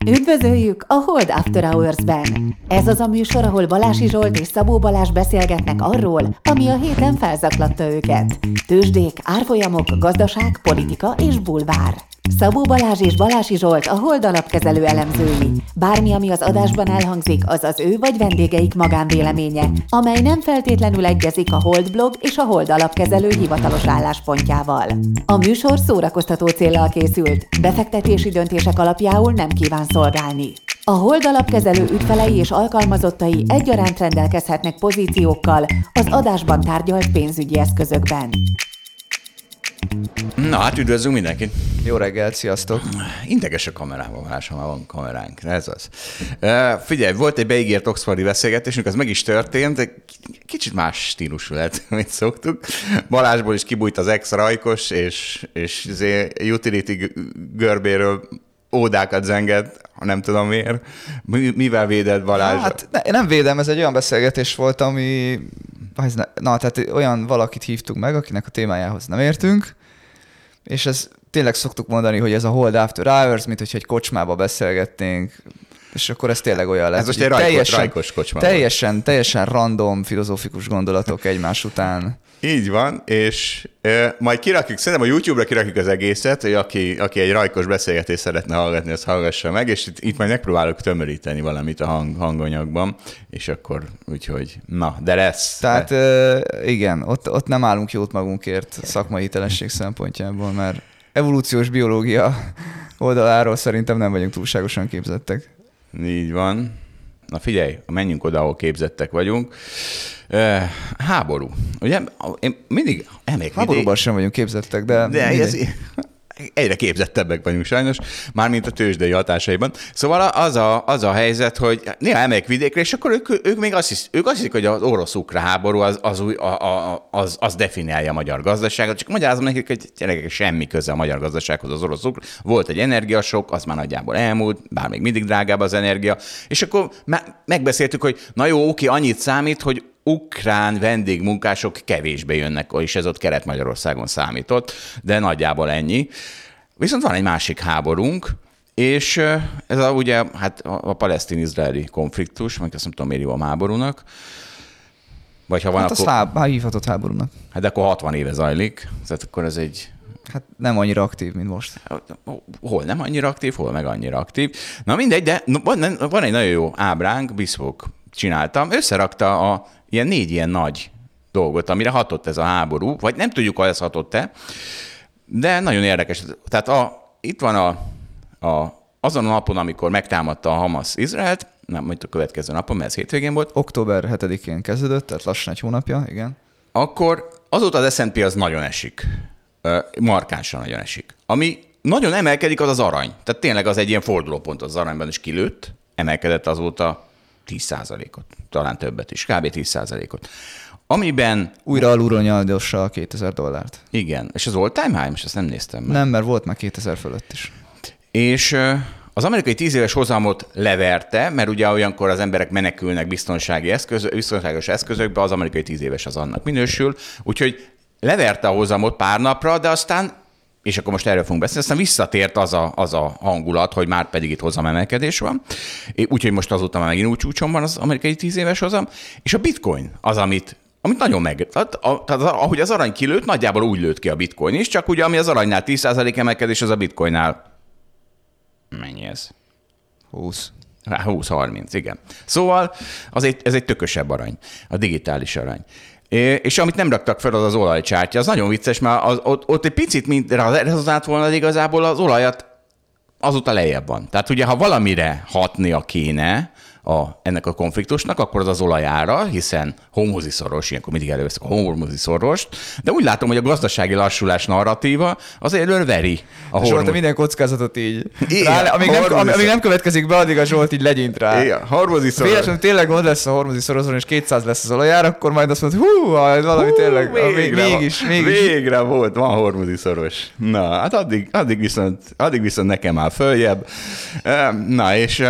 Üdvözöljük a Hold After Hours-ben! Ez az a műsor, ahol Balási Zsolt és Szabó Balázs beszélgetnek arról, ami a héten felzaklatta őket. Tőzsdék, árfolyamok, gazdaság, politika és bulvár. Szabó Balázs és Balási Zsolt a Hold alapkezelő elemzői. Bármi, ami az adásban elhangzik, az az ő vagy vendégeik magánvéleménye, amely nem feltétlenül egyezik a Hold blog és a Hold alapkezelő hivatalos álláspontjával. A műsor szórakoztató céllal készült, befektetési döntések alapjául nem kíván szolgálni. A Hold alapkezelő ügyfelei és alkalmazottai egyaránt rendelkezhetnek pozíciókkal az adásban tárgyalt pénzügyi eszközökben. Na hát üdvözlünk mindenkit! Jó reggelt, sziasztok! Integes a kamerában, ha már van kameránk, ez az. Figyelj, volt egy beígért oxfordi beszélgetésünk, az meg is történt, de kicsit más stílusú lett, mint szoktuk. Balázsból is kibújt az ex-rajkos, és utility görbéről ódákat zengett, nem tudom miért. Mivel véded, Balázs? Hát nem védem, ez egy olyan beszélgetés volt, ami... tehát olyan valakit hívtuk meg, akinek a témájához nem értünk, és ez tényleg szoktuk mondani, hogy ez a Hold After Hours, mint hogyha egy kocsmába beszélgetnénk, és akkor ez tényleg olyan lesz. Ez most egy rajkos kocsma. Teljesen random, filozófikus gondolatok egymás után. Így van, és majd kirakjuk, szerintem a YouTube-ra kirakjuk az egészet, hogy aki egy rajkos beszélgetést szeretne hallgatni, azt hallgassa meg, és itt majd megpróbálok tömöríteni valamit a hanganyagban, és akkor úgyhogy, na, de lesz. Tehát igen, ott nem állunk jót magunkért szakmai hitelesség szempontjából, mert evolúciós biológia oldaláról szerintem nem vagyunk túlságosan képzettek. Így van. Na figyelj, menjünk oda, ahol képzettek vagyunk. Háború. Ugye én mindig háborúban sem vagyunk képzettek, de egyre képzettebbek vagyunk sajnos, mármint a tőzsdei hatásaiban. Szóval az a helyzet, hogy néha elmegyek vidékre, és akkor ők még azt hiszik, hogy az orosz-ukrán háború az definiálja a magyar gazdaságot. Csak magyarázom nekik, hogy gyerekek, semmi köze a magyar gazdasághoz az orosz-ukrán. Volt egy energiasok, az már nagyjából elmúlt, bár még mindig drágább az energia. És akkor megbeszéltük, hogy na jó, oké, annyit számít, hogy ukrán vendégmunkások kevésbé jönnek, és ez ott Kelet-Magyarországon számított, de nagyjából ennyi. Viszont van egy másik háborúnk, és ez ugye hát a palesztin-izraeli konfliktus, meg azt nem tudom, miért jó a háborúnak. Vagy ha van, hát akkor... hívhatott háborúnak. Hát akkor 60 éve zajlik, tehát akkor ez egy... Hát nem annyira aktív, mint most. Hol nem annyira aktív, hol meg annyira aktív. Na mindegy, de van egy nagyon jó ábránk, Biszfok csináltam, összerakta ilyen 4 ilyen nagy dolgot, amire hatott ez a háború, vagy nem tudjuk, hogy ez hatott-e, de nagyon érdekes. Tehát itt van azon a napon, amikor megtámadta a Hamas Izraelt, nem, majd a következő napon, mert ez hétvégén volt. Október 7-én kezdődött, tehát lassan egy hónapja, igen. Akkor azóta az S&P az nagyon esik. Markánsan nagyon esik. Ami nagyon emelkedik, az az arany. Tehát tényleg az egy ilyen fordulópont az aranyban is kilőtt, emelkedett azóta 10%-ot, talán többet is, kb. 10%-ot. Amiben... Újra alulról nyaldossa a $2000. Igen, és az all-time high, most ezt nem néztem meg. Nem, mert volt már 2000 fölött is. És az amerikai 10 éves hozamot leverte, mert ugye olyankor az emberek menekülnek biztonságos eszközökbe, az amerikai 10 éves az annak minősül, úgyhogy leverte a hozamot pár napra, de aztán, és akkor most erről fogunk beszélni, aztán visszatért az a hangulat, hogy már pedig itt hozamemelkedés van. Úgyhogy most azóta már megint úgy csúcson van az amerikai 10 éves hozam, és a bitcoin az, amit nagyon tehát ahogy az arany kilőtt, nagyjából úgy lőtt ki a bitcoin is, csak ugye ami az aranynál 10% emelkedés, az a bitcoinnál mennyi ez? 20. 20-30, igen. Szóval ez egy tökösebb arany, a digitális arany. És amit nem raktak fel, az az olajcsártya. Az nagyon vicces, mert ott egy picit mint rezonált volna, de igazából az olajat azóta lejjebb van. Tehát ugye, ha valamire hatnia kéne ennek a konfliktusnak, akkor az olajára, hiszen hormuziszoros, ilyenkor mindig előveszek a hormuziszorost, de úgy látom, hogy a gazdasági lassulás narratíva az veri a Zsolt, minden kockázatot így. Amíg nem következik be, addig a Zsolt így legyint rá. Igen, hormuziszoros. Véletlenül tényleg gond lesz a hormuziszoroson, és 200 lesz az olajára, akkor majd azt mondod, valami tényleg, mégis. Végre van hormuziszoros. Na, hát addig viszont nekem áll följebb. Na, és...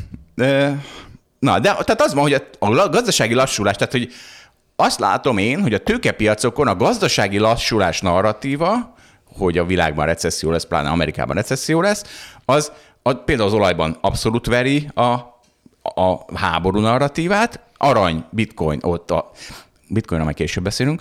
Na, de tehát az van, hogy a gazdasági lassulás, tehát hogy azt látom én, hogy a tőkepiacokon a gazdasági lassulás narratíva, hogy a világban recesszió lesz, pláne Amerikában recesszió lesz, az például az olajban abszolút veri a háború narratívát, arany, bitcoin, ott a bitcoinra majd később beszélünk,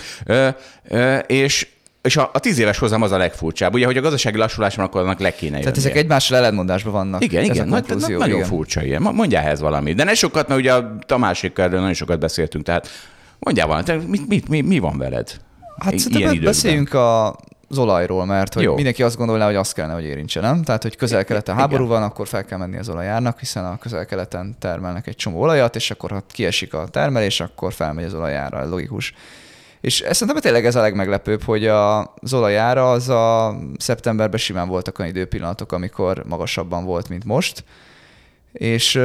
és a 10 éves hozam az a legfurcsább, ugye, hogy a gazdasági lassulásban akkor annak le kéne jönnie. Tehát ezek egymással ellentmondásban vannak. Igen, nagyon igen. furcsa ilyen. Mondjál ehhez valamit. De ne sokat, mert ugye a Tamásékkal erről nagyon sokat beszéltünk, tehát mondjál valamit, mi van veled? Hát szerintem beszéljünk az olajról, mert hogy mindenki azt gondolná, hogy azt kellene, hogy érintse, nem? Tehát, hogy közel-keleten háború van, akkor fel kell menni az olajárnak, hiszen a közel-keleten termelnek egy csomó olajat, és akkor ha kiesik a termelés, akkor felmegy az olajára, logikus. És szerintem tényleg ez a legmeglepőbb, hogy az olajára az a szeptemberben simán voltak olyan időpillanatok, amikor magasabban volt, mint most. És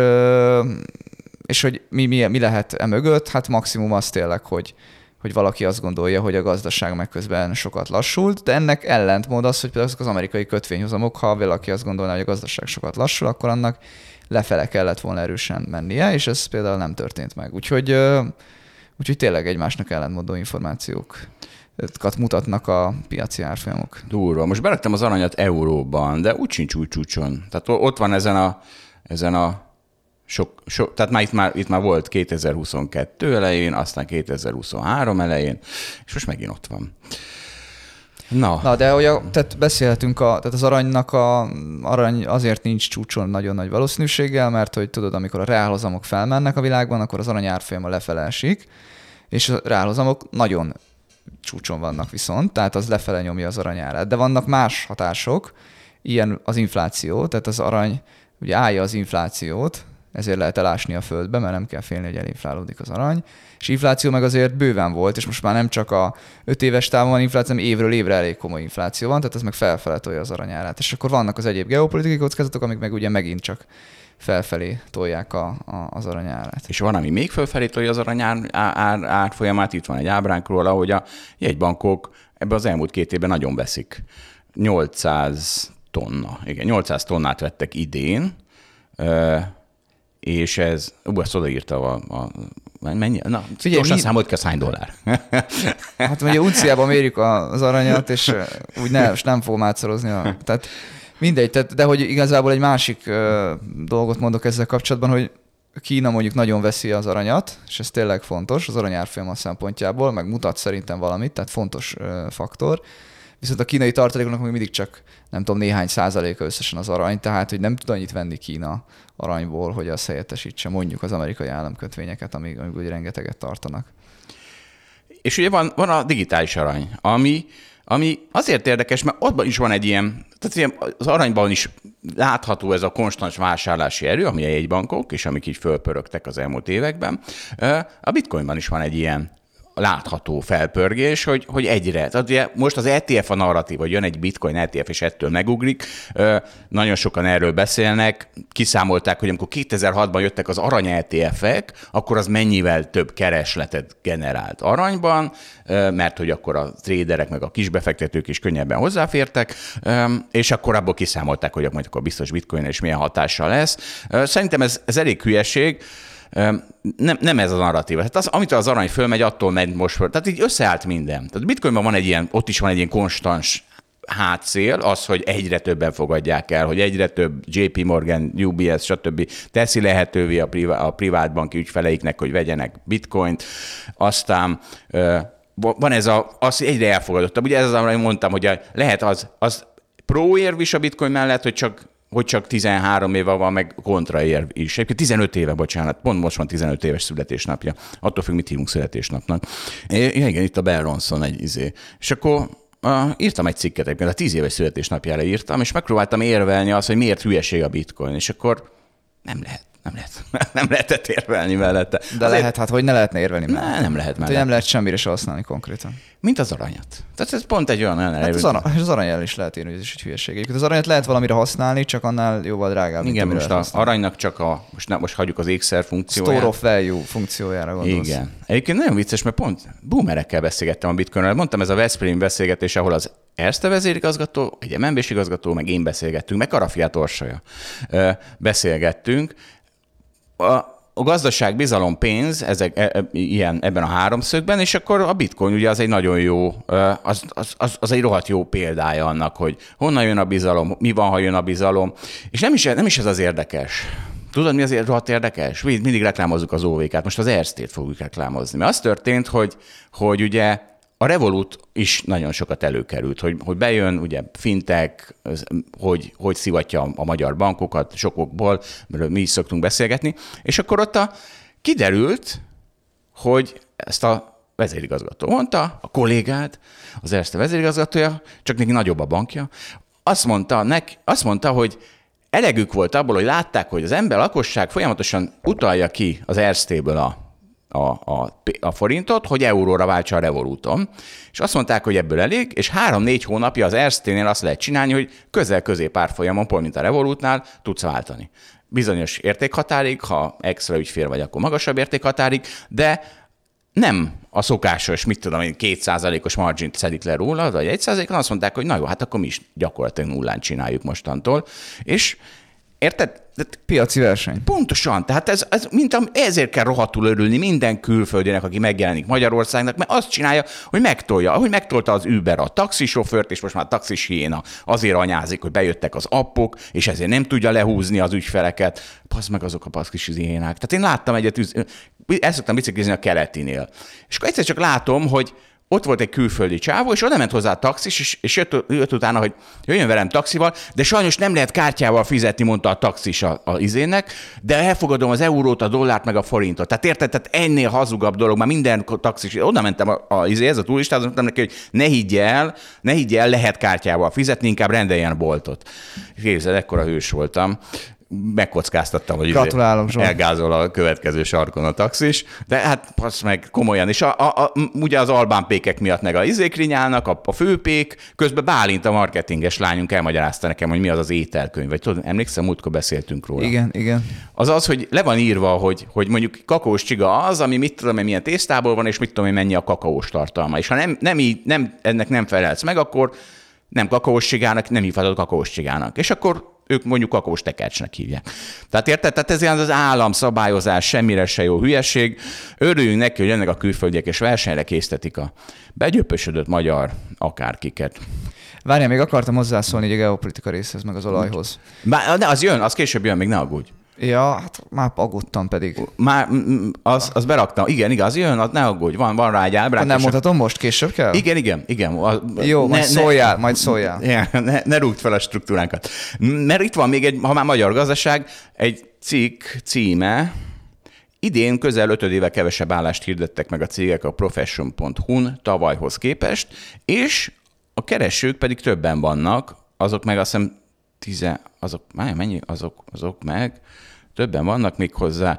hogy mi lehet emögött? Hát maximum az tényleg, hogy valaki azt gondolja, hogy a gazdaság meg közben sokat lassult, de ennek ellentmód az, hogy például az amerikai kötvényhozamok, ha valaki azt gondolná, hogy a gazdaság sokat lassul, akkor annak lefele kellett volna erősen mennie, és ez például nem történt meg. Úgyhogy tényleg egymásnak ellentmondó információkat mutatnak a piaci árfolyamok. Durva. Most beraktam az aranyat euróban, de úgy sincs úgy csúcson. Tehát ott van ezen a sok, tehát itt már volt 2022 elején, aztán 2023 elején, és most megint ott van. Na de tehát beszélhetünk, tehát az arany azért nincs csúcson nagyon nagy valószínűséggel, mert hogy tudod, amikor a reálhozamok felmennek a világban, akkor az arany árfolyama lefele esik, és a reálhozamok nagyon csúcson vannak viszont, tehát az lefele nyomja az aranyárát. De vannak más hatások, ilyen az infláció, tehát az arany ugye állja az inflációt, ezért lehet elásni a földbe, mert nem kell félni, hogy elinflálódik az arany. És infláció meg azért bőven volt, és most már nem csak a 5 éves távon van infláció, hanem évről évre elég komoly infláció van, tehát ez meg felfele tolja az aranyárát. És akkor vannak az egyéb geopolitikai kockázatok, amik meg ugye megint csak felfelé tolják az aranyárát. És van, ami még felfelé tolja az aranyár árfolyamát, itt van egy ábránk róla, hogy a jegybankok ebben az elmúlt 2 évben nagyon veszik. 800 tonnát vettek idén, és ez, ezt odaírta mennyi? Na, gyorsan számolt ki, az hány dollár? Hát ugye unciában mérjük az aranyat, és úgy nem fogom átszorozni. Tehát mindegy, de hogy igazából egy másik dolgot mondok ezzel kapcsolatban, hogy Kína mondjuk nagyon veszi az aranyat, és ez tényleg fontos az aranyárfolyama szempontjából, meg mutat szerintem valamit, tehát fontos faktor. Viszont a kínai tartalékoknak még mindig csak, nem tudom, néhány százaléka összesen az arany, tehát hogy nem tud annyit venni Kína aranyból, hogy azt helyettesítse mondjuk az amerikai államkötvényeket, amíg ugye rengeteget tartanak. És ugye van a digitális arany, ami azért érdekes, mert ott is van egy ilyen, tehát az aranyban is látható ez a konstans vásárlási erő, ami a jegybankok, és amik így fölpörögtek az elmúlt években. A bitcoinban is van egy ilyen látható felpörgés, hogy egyre. Tehát ugye most az ETF a narratív, hogy jön egy bitcoin ETF, és ettől megugrik. Nagyon sokan erről beszélnek. Kiszámolták, hogy amikor 2006-ban jöttek az arany ETF-ek, akkor az mennyivel több keresletet generált aranyban, mert hogy akkor a tréderek meg a kisbefektetők is könnyebben hozzáfértek, és akkor abból kiszámolták, hogy majd akkor biztos bitcoin és milyen hatással lesz. Szerintem ez elég hülyeség. Nem ez a narratíva. Tehát amitől az arany fölmegy, attól megy most föl. Tehát így összeállt minden. Tehát Bitcoinban van ott is van egy ilyen konstans hátszél, az, hogy egyre többen fogadják el, hogy egyre több JP Morgan, UBS, stb. Teszi lehetővé a privátbanki ügyfeleiknek, hogy vegyenek bitcoint. Aztán van ez az egyre elfogadottabb. Ugye ez az, amit mondtam, hogy lehet az pro-érv is a bitcoin mellett, hogy csak 13 éve van, meg kontraérv is. Egyébként 15 éve, bocsánat, pont most van 15 éves születésnapja. Attól függ, mit hívunk születésnapnak. Igen, itt a Bell Ronson egy izé. És akkor írtam egy cikket, egyébként a 10 éves születésnapjára írtam, és megpróbáltam érvelni azt, hogy miért hülyeség a bitcoin, és akkor nem lehetett érvelni mellette. De azért, lehet, hát hogy ne lehetne érvelni mellette? Nem lehet mellette. Nem lehet semmire se használni konkrétan. Mint az aranyat. Tehát ez pont egy olyan hát az aranyjal is lehet írni, hogy ez is egy hülyeség. Egyébként az aranyat lehet valamire használni, csak annál jóval drágább. Igen, most az aranynak csak most hagyjuk az ékszer funkcióját. Store of value funkciójára gondolsz. Igen. Egyébként nagyon vicces, mert pont boomerekkel beszélgettem a bitcoinról. Mondtam, ez a Veszprém beszélgetés, ahol az Erste vezérigazgató, egy MNB-s igazgató, meg én beszélgettünk, meg Karafiát Orsolya beszélgettünk. a gazdaság, bizalom, pénz, ilyen ebben a háromszögben, és akkor a bitcoin ugye az egy nagyon jó, az egy rohadt jó példája annak, hogy honnan jön a bizalom, mi van, ha jön a bizalom, és nem is ez az érdekes. Tudod, mi azért rohadt érdekes? Mindig reklámozzuk az OV-ket, most az Erstét fogjuk reklámozni. Mert az történt, hogy ugye a Revolut is nagyon sokat előkerült, hogy bejön, ugye fintech, hogy szivatja a magyar bankokat sokokból, mert mi is szoktunk beszélgetni, és akkor ott kiderült, hogy ezt a vezérigazgató mondta, a kollégád, az Erste vezérigazgatója, csak neki nagyobb a bankja, azt mondta, hogy elegük volt abból, hogy látták, hogy az ember lakosság folyamatosan utalja ki az Erstéből a forintot, hogy euróra váltsa a Revoluton. És azt mondták, hogy ebből elég, és 3-4 hónapja az Ersténél azt lehet csinálni, hogy közel-közép árfolyamon, pont mint a Revolutnál tudsz váltani. Bizonyos értékhatárig, ha extra ügyfél vagy, akkor magasabb értékhatárig, de nem a szokásos, 2%-os margint szedik le róla, vagy 1%-on, azt mondták, hogy na jó, hát akkor mi is gyakorlatilag nullán csináljuk mostantól. És érted? Piaci verseny. Pontosan. Tehát ezért kell rohadtul örülni minden külföldinek, aki megjelenik Magyarországnak, mert azt csinálja, hogy megtolja. Ahogy megtolta az Uber a taxisofőrt, és most már a taxis hiéna azért anyázik, hogy bejöttek az appok, és ezért nem tudja lehúzni az ügyfeleket. Passz meg azok a taxis hiénák. Tehát én láttam ezt szoktam biciklizni a Keletinél. És akkor egyszer csak látom, hogy ott volt egy külföldi csávó, és oda ment hozzá a taxis, és jött utána, hogy jöjjön velem taxival, de sajnos nem lehet kártyával fizetni, mondta a taxis az izének, de elfogadom az eurót, a dollárt, meg a forintot. Tehát érted, tehát ennél hazugabb dolog, már minden taxis, oda mentem ez a turistához, mondtam neki, hogy ne higgy el, lehet kártyával fizetni, inkább rendeljen a boltot. Képzeld, ekkora hős voltam. Megkockáztattam, hogy elgázol a következő sarkon a taxis, de hát passz meg komolyan. És ugye az albán pékek miatt meg a izékrinyálnak, a főpék, közben Bálint, a marketinges lányunk elmagyarázta nekem, hogy mi az ételkönyv. Vagy tudod, emlékszem, múltkor beszéltünk róla. Igen. Az, hogy le van írva, hogy mondjuk kakaós csiga az, ami mit tudom én milyen tésztából van, és mit tudom én mennyi a kakaós tartalma. És ha ennek nem felelsz meg, akkor nem kakaós csigának, nem hívhatod kakaós csigának. És akkor ők mondjuk kakaós tekercsnek hívják. Tehát érted? Tehát ez az államszabályozás, semmire se jó hülyeség. Örüljünk neki, hogy jönnek a külföldiek, és versenyre késztetik a begyöpösödött magyar akárkiket. Várjál, még akartam hozzászólni a geopolitika részhez, meg az olajhoz. De az jön, az később jön, még ne aggódj. Ja, hát már aggódtam pedig. Már az beraktam. Igen, az jön, ne aggódj, van rá egy ábránk. Nem mondhatom most, később kell? Igen. Jó, majd szóljál. Ne rúgd fel a struktúránkat. Mert itt van még ha már magyar gazdaság, egy cikk címe, idén közel 5 éve kevesebb állást hirdettek meg a cégek a profession.hu-n tavalyhoz képest, és a keresők pedig többen vannak, azok meg azt hiszem azok meg többen vannak még hozzá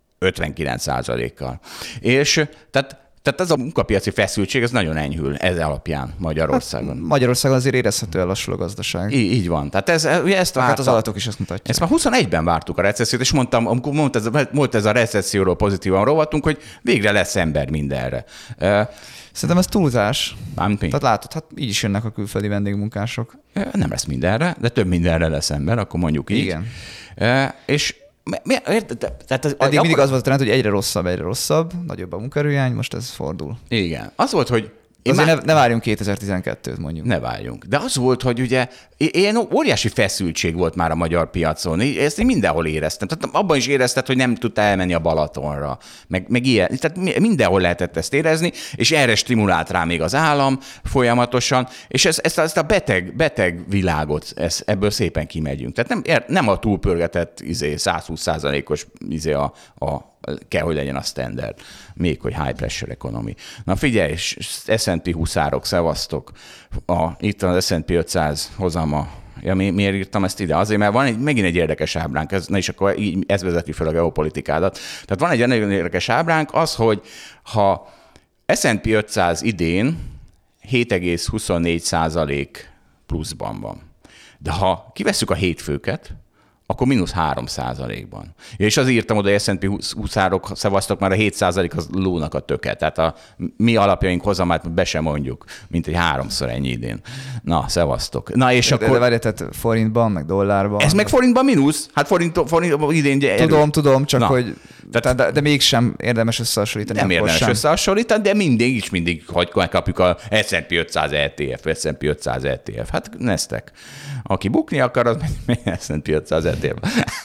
59%-kal. És tehát ez a munkapiaci feszültség, ez nagyon enyhül ez alapján Magyarországon. Hát Magyarországon azért érezhetően lassul a gazdaság. Így van. Tehát ezt hát az adatok is ezt mutatják. Ezt már 21-ben vártuk a recessziót, és mondtam, amikor volt ez a recesszióról pozitívan rovatunk, hogy végre lesz ember mindenre. Szerintem ez túlzás. Mármint mi? Tehát látod, hát így is jönnek a külföldi vendégmunkások. Nem lesz mindenre, de több mindenre lesz ember, akkor mondjuk így. Igen. És eddig mindig az volt a trend, hogy egyre rosszabb, nagyobb a munkaerőhiány, most ez fordul. Igen. Az volt, hogy ne várjunk 2012-t mondjuk. Ne várjunk. De az volt, hogy ugye ilyen óriási feszültség volt már a magyar piacon. Ezt én mindenhol éreztem. Tehát abban is érezted, hogy nem tudtál elmenni a Balatonra. Meg ilyen. Tehát mindenhol lehetett ezt érezni, és erre stimulált rá még az állam folyamatosan, és ezt a beteg világot, ebből szépen kimegyünk. Tehát nem a túlpörgetett 120%-os kell, hogy legyen a standard. Még, hogy high pressure economy. Na figyelj, S&P huszárok, szevasztok. Itt az S&P 500 hozama. Ja, miért írtam ezt ide? Azért, mert van megint egy érdekes ábránk, és akkor ez vezeti fel a geopolitikádat. Tehát van egy nagyon érdekes ábránk, az, hogy ha S&P 500 idén 7,24% pluszban van. De ha kivesszük a hétfőket, akkor -3%-ban. És azért írtam oda, hogy S&P 20-árok szavaztak, már a 7% az lónak a töke. Tehát a mi alapjaink hozamát be sem mondjuk, mint egy 3-szor ennyi idén. Na, szavaztok. Na, és de várj, tehát forintban, meg dollárban. Ez meg forintban mínusz? Hát forint idén... Tudom, csak hogy De mégsem érdemes összehasonlítani. Nem érdemes összehasonlítani, de mindig megkapjuk a S&P 500 ETF, S&P 500 ETF. Hát neztek. Aki bukni akar, az S&P 500 ETF.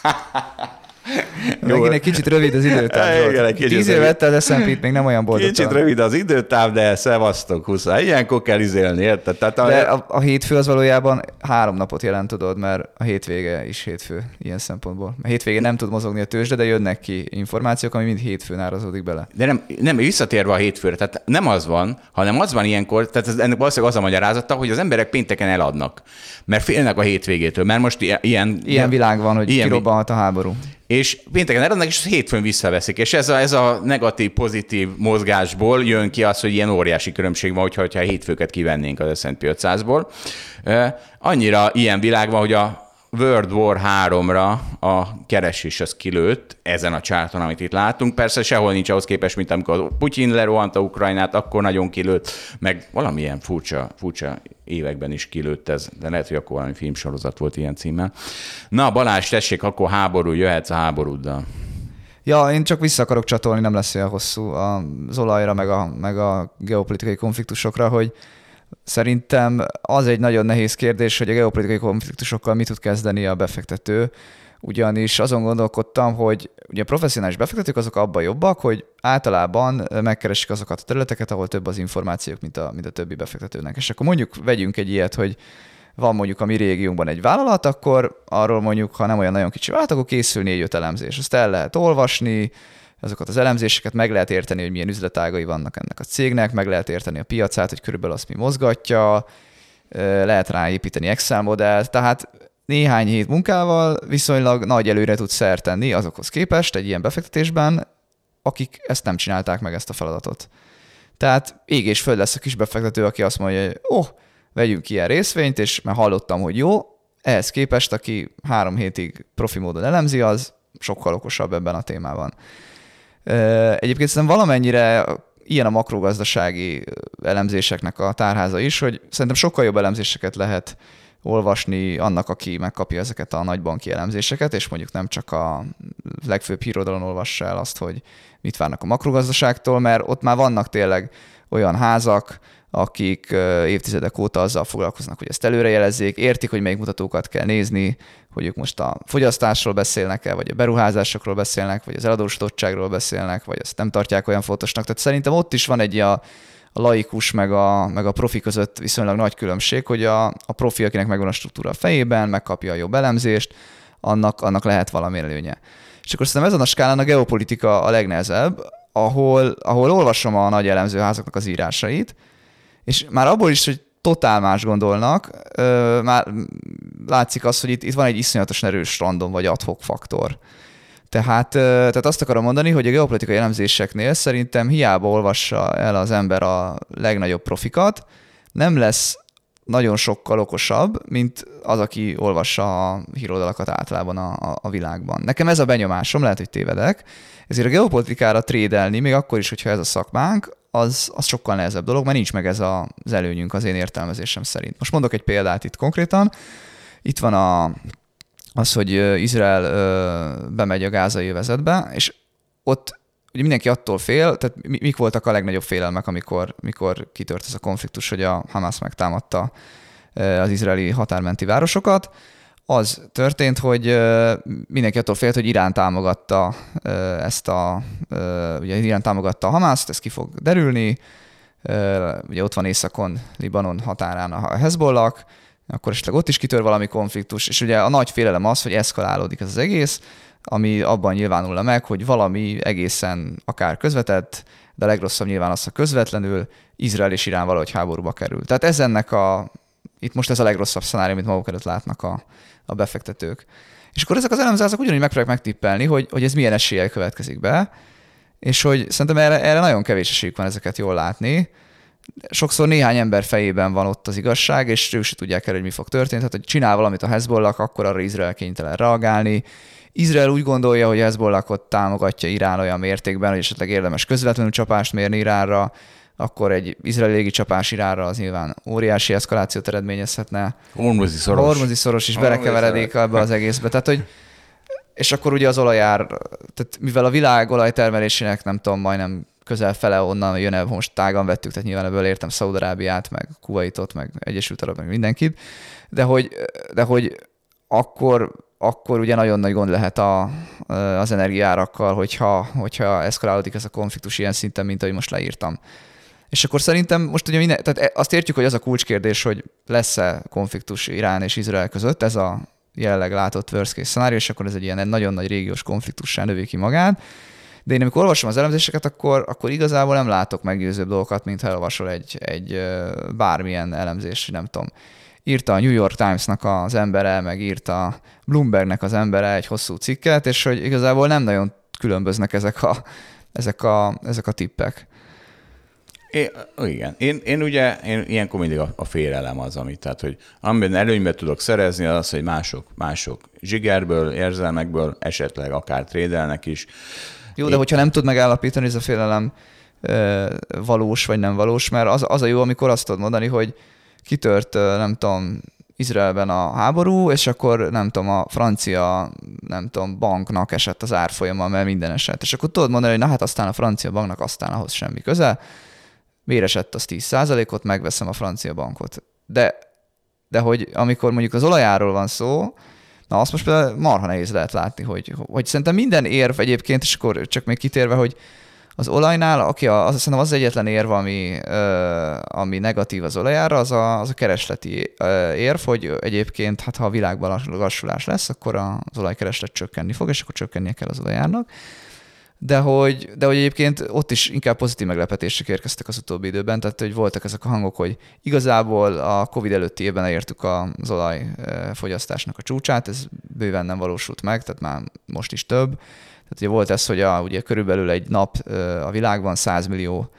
Megint egy kicsit rövid az időtáv. 10 éve vette az S&P-t, még nem olyan boldog. Kicsit rövid az időtáv, de szevasztok, 20. Ilyenkor kell izélni, érted? Tehát de a hétfő az valójában 3 napot jelent, tudod, mert a hétvége is hétfő ilyen szempontból. A hétvége nem tud mozogni a tőzsde, de jönnek ki információk, ami mind hétfőn árazódik bele. De nem visszatérve a hétfőre, tehát nem az van, hanem az van ilyenkor, tehát ennek valószínűleg az a magyarázata, hogy az emberek pénteken eladnak, mert félnek a hétvégétől, mert most ilyen világ van, hogy kirobbanhat a háború. És pénteken eladnak, és hétfőn visszaveszik. És ez a negatív-pozitív mozgásból jön ki az, hogy ilyen óriási különbség van, hogyha a hétfőket kivennénk az S&P 500-ból. Annyira ilyen világ van, hogy a World War 3-ra a keresés az kilőtt ezen a csárton, amit itt látunk. Persze sehol nincs ahhoz képest, mint amikor Putyin lerohanta Ukrajnát, akkor nagyon kilőtt, meg valamilyen furcsa években is kilőtt ez, de lehet, hogy akkor valami filmsorozat volt ilyen címmel. Na Balázs, tessék, akkor háború, jöhetsz a háborúddal. Ja, én csak vissza akarok csatolni, nem lesz olyan hosszú az olajra, meg a geopolitikai konfliktusokra, hogy szerintem az egy nagyon nehéz kérdés, hogy a geopolitikai konfliktusokkal mit tud kezdeni a befektető, ugyanis azon gondolkodtam, hogy ugye a professzionális befektetők azok abban jobbak, hogy általában megkeresik azokat a területeket, ahol több az információk, mint a többi befektetőnek. És akkor mondjuk vegyünk egy ilyet, hogy van mondjuk a mi régiónkban egy vállalat, akkor arról mondjuk, ha nem olyan nagyon kicsi vállalat, akkor készül 4-5 elemzés. Azt el lehet olvasni, azokat az elemzéseket meg lehet érteni, hogy milyen üzletágai vannak ennek a cégnek, meg lehet érteni a piacát, hogy körülbelül azt mi mozgatja, lehet ráépíteni Excel modellt, tehát néhány hét munkával viszonylag nagy előre tud szert tenni azokhoz képest egy ilyen befektetésben, akik ezt nem csinálták meg, ezt a feladatot. Tehát ég és föld lesz a kis befektető, aki azt mondja, hogy vegyünk ilyen részvényt, és már hallottam, hogy jó, ehhez képest, aki 3 hétig profi módon elemzi, az sokkal okosabb ebben a témában. Egyébként szerintem valamennyire ilyen a makrogazdasági elemzéseknek a tárháza is, hogy szerintem sokkal jobb elemzéseket lehet olvasni annak, aki megkapja ezeket a nagybanki elemzéseket, és mondjuk nem csak a legfőbb híroldalon olvassa el azt, hogy mit várnak a makrogazdaságtól, mert ott már vannak tényleg olyan házak, akik évtizedek óta azzal foglalkoznak, hogy ezt előrejelezzék, értik, hogy melyik mutatókat kell nézni, hogy ők most a fogyasztásról beszélnek-e, vagy a beruházásokról beszélnek, vagy az eladósodottságról beszélnek, vagy ezt nem tartják olyan fontosnak. Tehát szerintem ott is van egy a laikus meg a profi között viszonylag nagy különbség, hogy a profi, akinek megvan a struktúra a fejében, megkapja a jobb elemzést, annak lehet valami előnye. És akkor szerintem ezen a skálán a geopolitika a legnehezebb, ahol olvasom a nagy elemzőházaknak az írásait, és már abból is, hogy totál más gondolnak, már látszik az, hogy itt van egy iszonyatosan erős random vagy ad hoc faktor. Tehát azt akarom mondani, hogy a geopolitikai elemzéseknél szerintem hiába olvassa el az ember a legnagyobb profikat, nem lesz nagyon sokkal okosabb, mint az, aki olvassa a híroldalakat általában a világban. Nekem ez a benyomásom, lehet, hogy tévedek, ezért a geopolitikára trédelni, még akkor is, hogyha ez a szakmánk, az sokkal nehezebb dolog, mert nincs meg ez az előnyünk az én értelmezésem szerint. Most mondok egy példát itt konkrétan. Itt van az, hogy Izrael bemegy a gázai övezetbe, és ott ugye mindenki attól fél, tehát mik voltak a legnagyobb félelmek, mikor kitört ez a konfliktus, hogy a Hamas megtámadta az izraeli határmenti városokat. Az történt, hogy mindenki attól félt, hogy Irán támogatta ugye Irán támogatta a Hamaszt, ez ki fog derülni, ugye ott van északon, Libanon határán a Hezbollah, akkor esetleg ott is kitör valami konfliktus, és ugye a nagy félelem az, hogy eszkalálódik ez az egész, ami abban nyilvánulna meg, hogy valami egészen akár közvetett, de a legrosszabb nyilván az, ha közvetlenül Izrael és Irán valahogy háborúba kerül. Tehát ez itt most ez a legrosszabb szenárium, amit maguk előtt látnak a befektetők. És akkor ezek az elemzőházak ugyanúgy megpróbálják megtippelni, hogy ez milyen eséllyel következik be, és hogy szerintem erre nagyon kevés esélyük van ezeket jól látni. Sokszor néhány ember fejében van ott az igazság, és ők se tudják el, hogy mi fog történni. Tehát, hogy csinál valamit a Hezbollah, akkor arra Izrael kénytelen reagálni. Izrael úgy gondolja, hogy a Hezbollahot támogatja Irán olyan mértékben, hogy esetleg érdemes közvetlenül csapást mérni Iránra, akkor egy izraeli légi csapás Iránra az nyilván óriási eszkalációt eredményezhetne. Hormuzi szoros is belekeveredik ebbe az egészbe. Tehát, hogy És akkor ugye az olajár, tehát mivel a világ olajtermelésének nem tudom, majdnem közel fele onnan jön el, most tágan vettük, tehát nyilván ebből értem Szaúd-Arábiát, meg Kuwaitot, meg Egyesült Arab, meg mindenkit, de hogy akkor ugye nagyon nagy gond lehet az energiárakkal, hogyha eszkalálódik ez a konfliktus ilyen szinten, mint ahogy most leírtam. És akkor szerintem most ugye tehát azt értjük, hogy az a kulcskérdés, hogy lesz-e konfliktus Irán és Izrael között, ez a jelenleg látott worst case scenario, és akkor ez egy ilyen nagyon nagy régiós konfliktussá növi ki magát. De én amikor olvasom az elemzéseket, akkor igazából nem látok meggyőzőbb dolgokat, mint ha elolvasol egy bármilyen elemzést, nem tudom. Írta a New York Times-nak az embere, meg írta Bloombergnek az embere egy hosszú cikket, és hogy igazából nem nagyon különböznek ezek a tippek. Igen. Én ilyenkor mindig a félelem az, tehát, hogy amiben előnybe tudok szerezni, az, hogy mások zsigerből, érzelmekből, esetleg akár trédelnek is. Jó, de hogyha nem tud megállapítani, ez a félelem valós vagy nem valós, mert az a jó, amikor azt tudod mondani, hogy kitört, nem tudom, Izraelben a háború, és akkor nem tudom, a francia, nem tudom, banknak esett az árfolyama, mert minden esett. És akkor tudod mondani, hogy na hát aztán a francia banknak aztán ahhoz semmi köze, miért esett az 10%-ot, megveszem a francia bankot. De hogy amikor mondjuk az olajáról van szó, na azt most például marha nehéz lehet látni, hogy szerintem minden érv egyébként, és akkor csak még kitérve, hogy az olajnál, szerintem az egyetlen érv, ami negatív az olajára, az a keresleti érv, hogy egyébként, hát ha a világban lassulás lesz, akkor az olajkereslet csökkenni fog, és akkor csökkennie kell az olajárnak. De hogy egyébként ott is inkább pozitív meglepetések érkeztek az utóbbi időben, tehát hogy voltak ezek a hangok, hogy igazából a Covid előtti évben elértük az olajfogyasztásnak a csúcsát, ez bőven nem valósult meg, tehát már most is több. Tehát ugye volt ez, hogy ugye körülbelül egy nap a világban 100 millió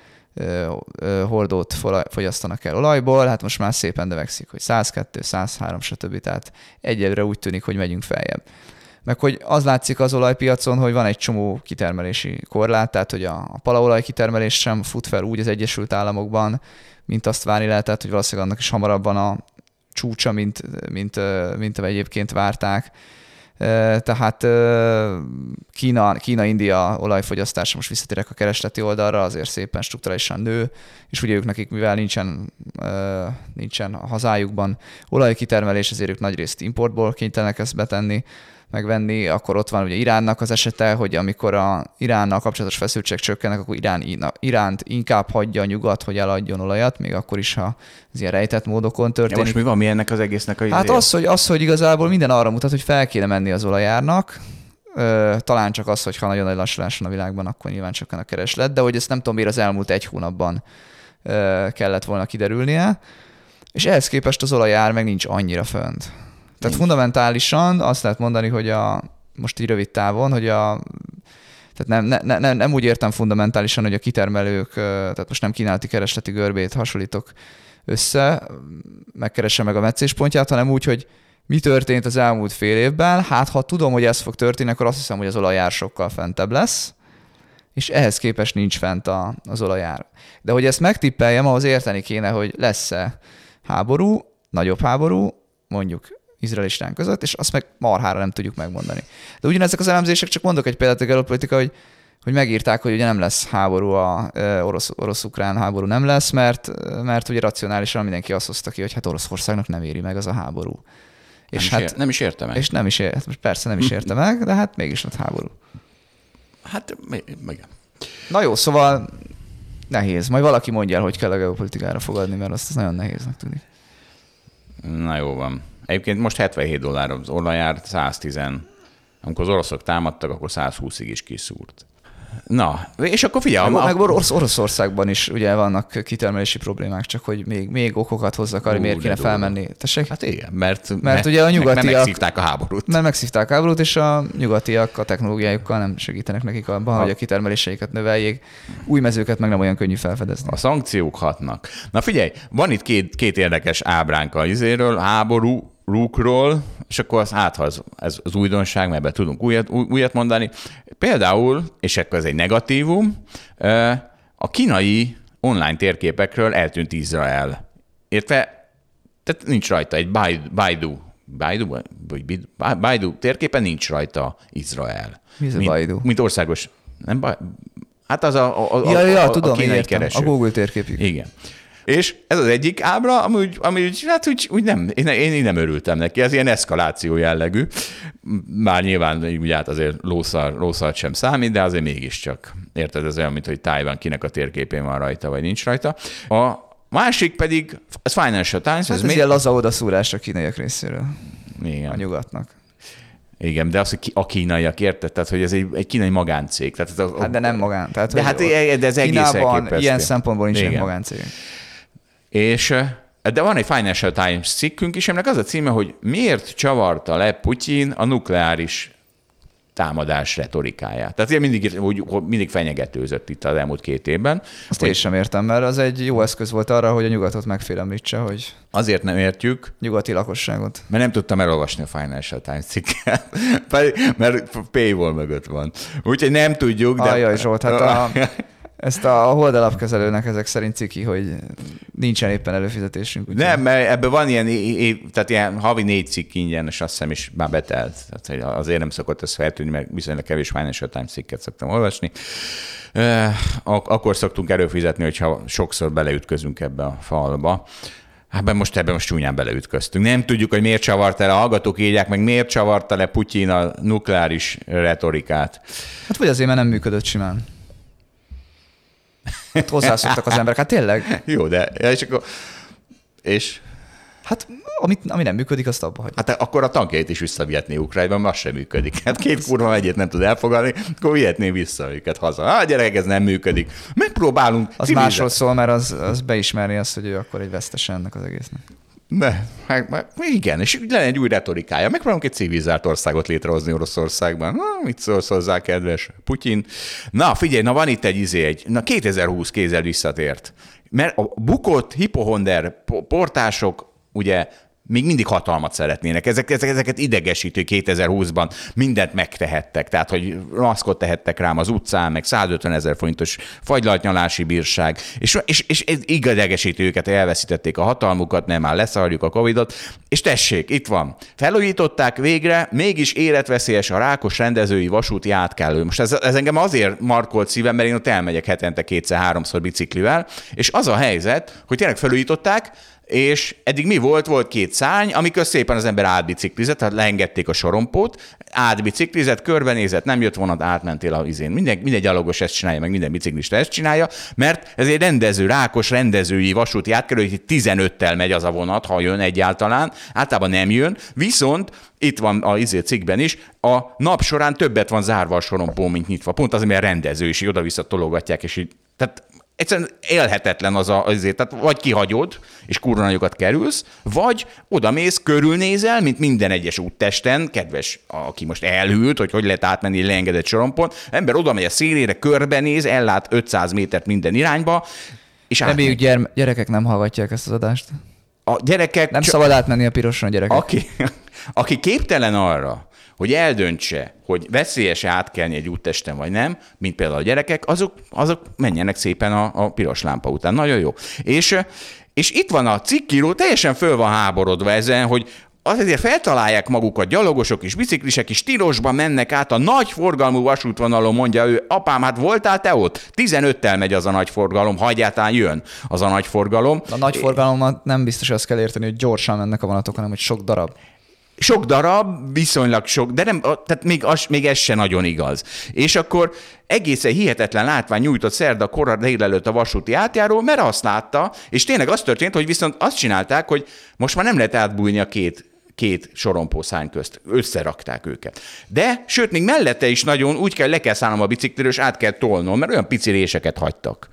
hordót fogyasztanak el olajból, hát most már szépen növekszik, hogy 102, 103, stb. Tehát egyelőre úgy tűnik, hogy megyünk feljebb. Meg hogy az látszik az olajpiacon, hogy van egy csomó kitermelési korlát, tehát hogy a palaolaj kitermelés sem fut fel úgy az Egyesült Államokban, mint azt várni lehetett, hogy valószínűleg annak is hamarabb van a csúcsa, mint egyébként várták. Tehát Kína-India olajfogyasztása, most visszatérek a keresleti oldalra, azért szépen strukturálisan nő, és ugye ők nekik, mivel nincsen a hazájukban olajkitermelés, ezért ők nagyrészt importból kénytelenek ezt megvenni, akkor ott van ugye Iránnak az esete, hogy amikor a Iránnal kapcsolatos feszültségek csökkennek, akkor Iránt inkább hagyja a nyugat, hogy eladjon olajat, még akkor is, ha ez ilyen rejtett módokon történik. Ja, most mi van, mi ennek az egésznek a Hát hogy igazából minden arra mutat, hogy fel kéne menni az olajárnak, talán csak az, hogy ha nagyon nagy lassulás van a világban, akkor nyilván csökken a kereslet, de hogy ezt nem tudom, miért az elmúlt egy hónapban kellett volna kiderülnie, és ehhez képest az olajár meg nincs annyira fönt. Tehát fundamentálisan azt lehet mondani, hogy most így rövid távon, hogy tehát nem úgy értem fundamentálisan, hogy a kitermelők, tehát most nem kínálati keresleti görbét hasonlítok össze, megkeresem meg a meccéspontját, hanem úgy, hogy mi történt az elmúlt fél évben. Hát ha tudom, hogy ez fog történni, akkor azt hiszem, hogy az olajár sokkal fentebb lesz, és ehhez képest nincs fent az olajár. De hogy ezt megtippeljem, ahhoz érteni kéne, hogy lesz-e háború, nagyobb háború, mondjuk Izrael és Irán között, és azt meg marhára nem tudjuk megmondani. De ugyanezek az elemzések, csak mondok egy példát a geopolitika, hogy megírták, hogy ugye nem lesz háború, orosz-ukrán háború nem lesz, mert ugye racionálisan mindenki azt hozta ki, hogy hát Oroszországnak nem éri meg az a háború. Nem is érte meg. És persze nem is érte meg, de hát mégis lett háború. Hát, igen. Na jó, szóval nehéz. Majd valaki mondja el, hogy kell a geopolitikára fogadni, mert azt nagyon nehéznek tűnik. Na jó van. Egyébként most $77 az olajár, 110. Amikor az oroszok támadtak, akkor 120-ig is kiszúrt. Na, és akkor figyelj. Meg Oroszországban is ugye vannak kitermelési problémák, csak hogy még okokat hozzak arra, miért kéne felmenni. Tessék? Hát igen, mert ugye a nyugatiak... megszívták a háborút. Mert megszívták a háborút, és a nyugatiak a technológiájukkal nem segítenek nekik abban, hogy a kitermeléseiket növeljék. Új mezőket meg nem olyan könnyű felfedezni. A szankciók hatnak. Na figyelj, van itt két érdekes ábránk a izéről, háborúkról, és akkor ez az újdonság, mert ebben tudunk újat mondani. Például, és akkor ez egy negatívum, a kínai online térképekről eltűnt Izrael. Tehát nincs rajta egy Baidu térképen nincs rajta Izrael. Mi ez a Baidu? Mint országos, nem hát az tudom, a kínai értem. kereső. A Google térképük. Igen. És ez az egyik ábra, ami hát úgy nem, én nem örültem neki, ez ilyen eszkaláció jellegű. Már nyilván ugye hát azért lószart sem számít, de azért mégiscsak. Érted, ez olyan, mint hogy Tájvan kinek a térképén van rajta, vagy nincs rajta. A másik pedig, ez Financial Times. Hát ez ilyen laza odaszúrás a kínaiak részéről. Igen. A nyugatnak. Igen, de az, hogy a kínaiak, érted? Tehát, hogy ez egy kínai magáncég. Tehát hát de nem magán. Tehát, de hát de ez egész elképesztő. Ilyen szempontból nincsenek magáncégek. És de van egy Financial Times cikkünk is, aminek az a címe, hogy miért csavarta le Putyin a nukleáris támadás retorikáját. Tehát mindig fenyegetőzött itt az elmúlt 2 évben. Azt én sem értem, mert az egy jó eszköz volt arra, hogy a nyugatot megfélemlítse, hogy azért nem értjük. Nyugati lakosságot. Mert nem tudtam elolvasni a Financial Times cikket, mert paywall mögött van. Úgyhogy nem tudjuk. De... Ajaj, Zsolt, hát ezt a holdalapkezelőnek ezek szerint ciki, hogy nincsen éppen előfizetésünk. Úgyhogy... Nem, mert ebben van ilyen havi 4 cikk ingyen, és azt hiszem is már betelt. Tehát azért nem szokott ez feltűnni, mert viszonylag kevés Financial Times cikket szoktam olvasni. Akkor szoktunk előfizetni, hogyha sokszor beleütközünk ebbe a falba. Ebben most csúnyán beleütköztünk. Nem tudjuk, hogy miért csavarta le, a hallgatók írják meg, miért csavarta le Putyin a nukleáris retorikát. Hát vagy azért, mert nem működött simán. Hozzászoktak az emberek, hát tényleg. Jó, de és hát ami nem működik, azt abba hagyja. Hát akkor a tankjait is visszavihetné Ukrajnában, az sem működik. Hát 2 kurva megyét nem tud elfogadni, akkor vihetné vissza őket haza. Gyerekek, ez nem működik. Megpróbálunk. Az másról szól, mert az beismerni azt, hogy ő akkor egy vesztese ennek az egésznek. Igen, és lenne egy új retorikája. Megpróbálunk egy civilizált országot létrehozni Oroszországban. Mit szólsz hozzá, kedves Putyin? Na, figyelj, van itt egy 2020 kézzel visszatért. Mert a bukott hipohonder portások, ugye, még mindig hatalmat szeretnének. Ezeket idegesítő 2020-ban mindent megtehettek. Tehát, hogy maszkot tehettek rám az utcán, meg 150 000 forintos fagylaltnyalási bírság, és ez idegesítő őket, elveszítették a hatalmukat, nem már leszarjuk a Covidot, és tessék, itt van. Felújították végre, mégis életveszélyes a Rákos rendezői vasúti átkelő. Most ez engem azért markolt szívem, mert én ott elmegyek hetente 2-3-szor biciklivel, és az a helyzet, hogy tényleg felújították, és eddig mi volt? Volt 2 szárny, amikor szépen az ember átbiciklizett, tehát leengedték a sorompót, átbiciklizett, körbenézett, nem jött vonat, átmentél a izén. Minden gyalogos ezt csinálja, meg minden biciklista ezt csinálja, mert ez egy Rákos rendezői vasúti átkelő, hogy 15-tel megy az a vonat, ha jön egyáltalán, általában nem jön, viszont itt van a cikkben is, a nap során többet van zárva a sorompó, mint nyitva. Pont azért, mert rendező is, így oda-vissza tologatják, és így, tehát egyszerűen élhetetlen azért, tehát vagy kihagyod, és kurva nagyokat kerülsz, vagy odamész, körülnézel, mint minden egyes úttesten, kedves, aki most elhűlt, hogy lehet átmenni leengedett sorompon, ember odamegy a szélére, körbenéz, ellát 500 métert minden irányba, és reméljük gyerekek nem hallgatják ezt az adást. A gyerekek... Nem szabad átmenni a piroson a gyerekek. Aki képtelen arra, hogy eldöntse, hogy veszélyes átkelni egy úttesten vagy nem, mint például a gyerekek, azok menjenek szépen a piros lámpa után. Nagyon jó. És itt van a cikkíró, teljesen föl van háborodva ezen, hogy azért feltalálják magukat gyalogosok és biciklisek, és tilosban mennek át a nagy forgalmú vasútvonalon, mondja ő. Apám, hát voltál te ott? 15-tel megy az a nagy forgalom, ha egyáltalán jön az a nagy forgalom. A nagy forgalommal nem biztos, hogy azt kell érteni, hogy gyorsan mennek a vonatok, hanem hogy sok darab. Sok darab, viszonylag sok, de nem, tehát még ez se nagyon igaz. És akkor egészen hihetetlen látvány nyújtott szerda korra délelőtt a vasúti átjáró, mert azt látta, és tényleg az történt, hogy viszont azt csinálták, hogy most már nem lehet átbújni a két sorompószány közt. Összerakták őket. De, sőt, még mellette is nagyon úgy kell, le kell szállnom a bicikliről, és át kell tolnom, mert olyan pici réseket hagytak.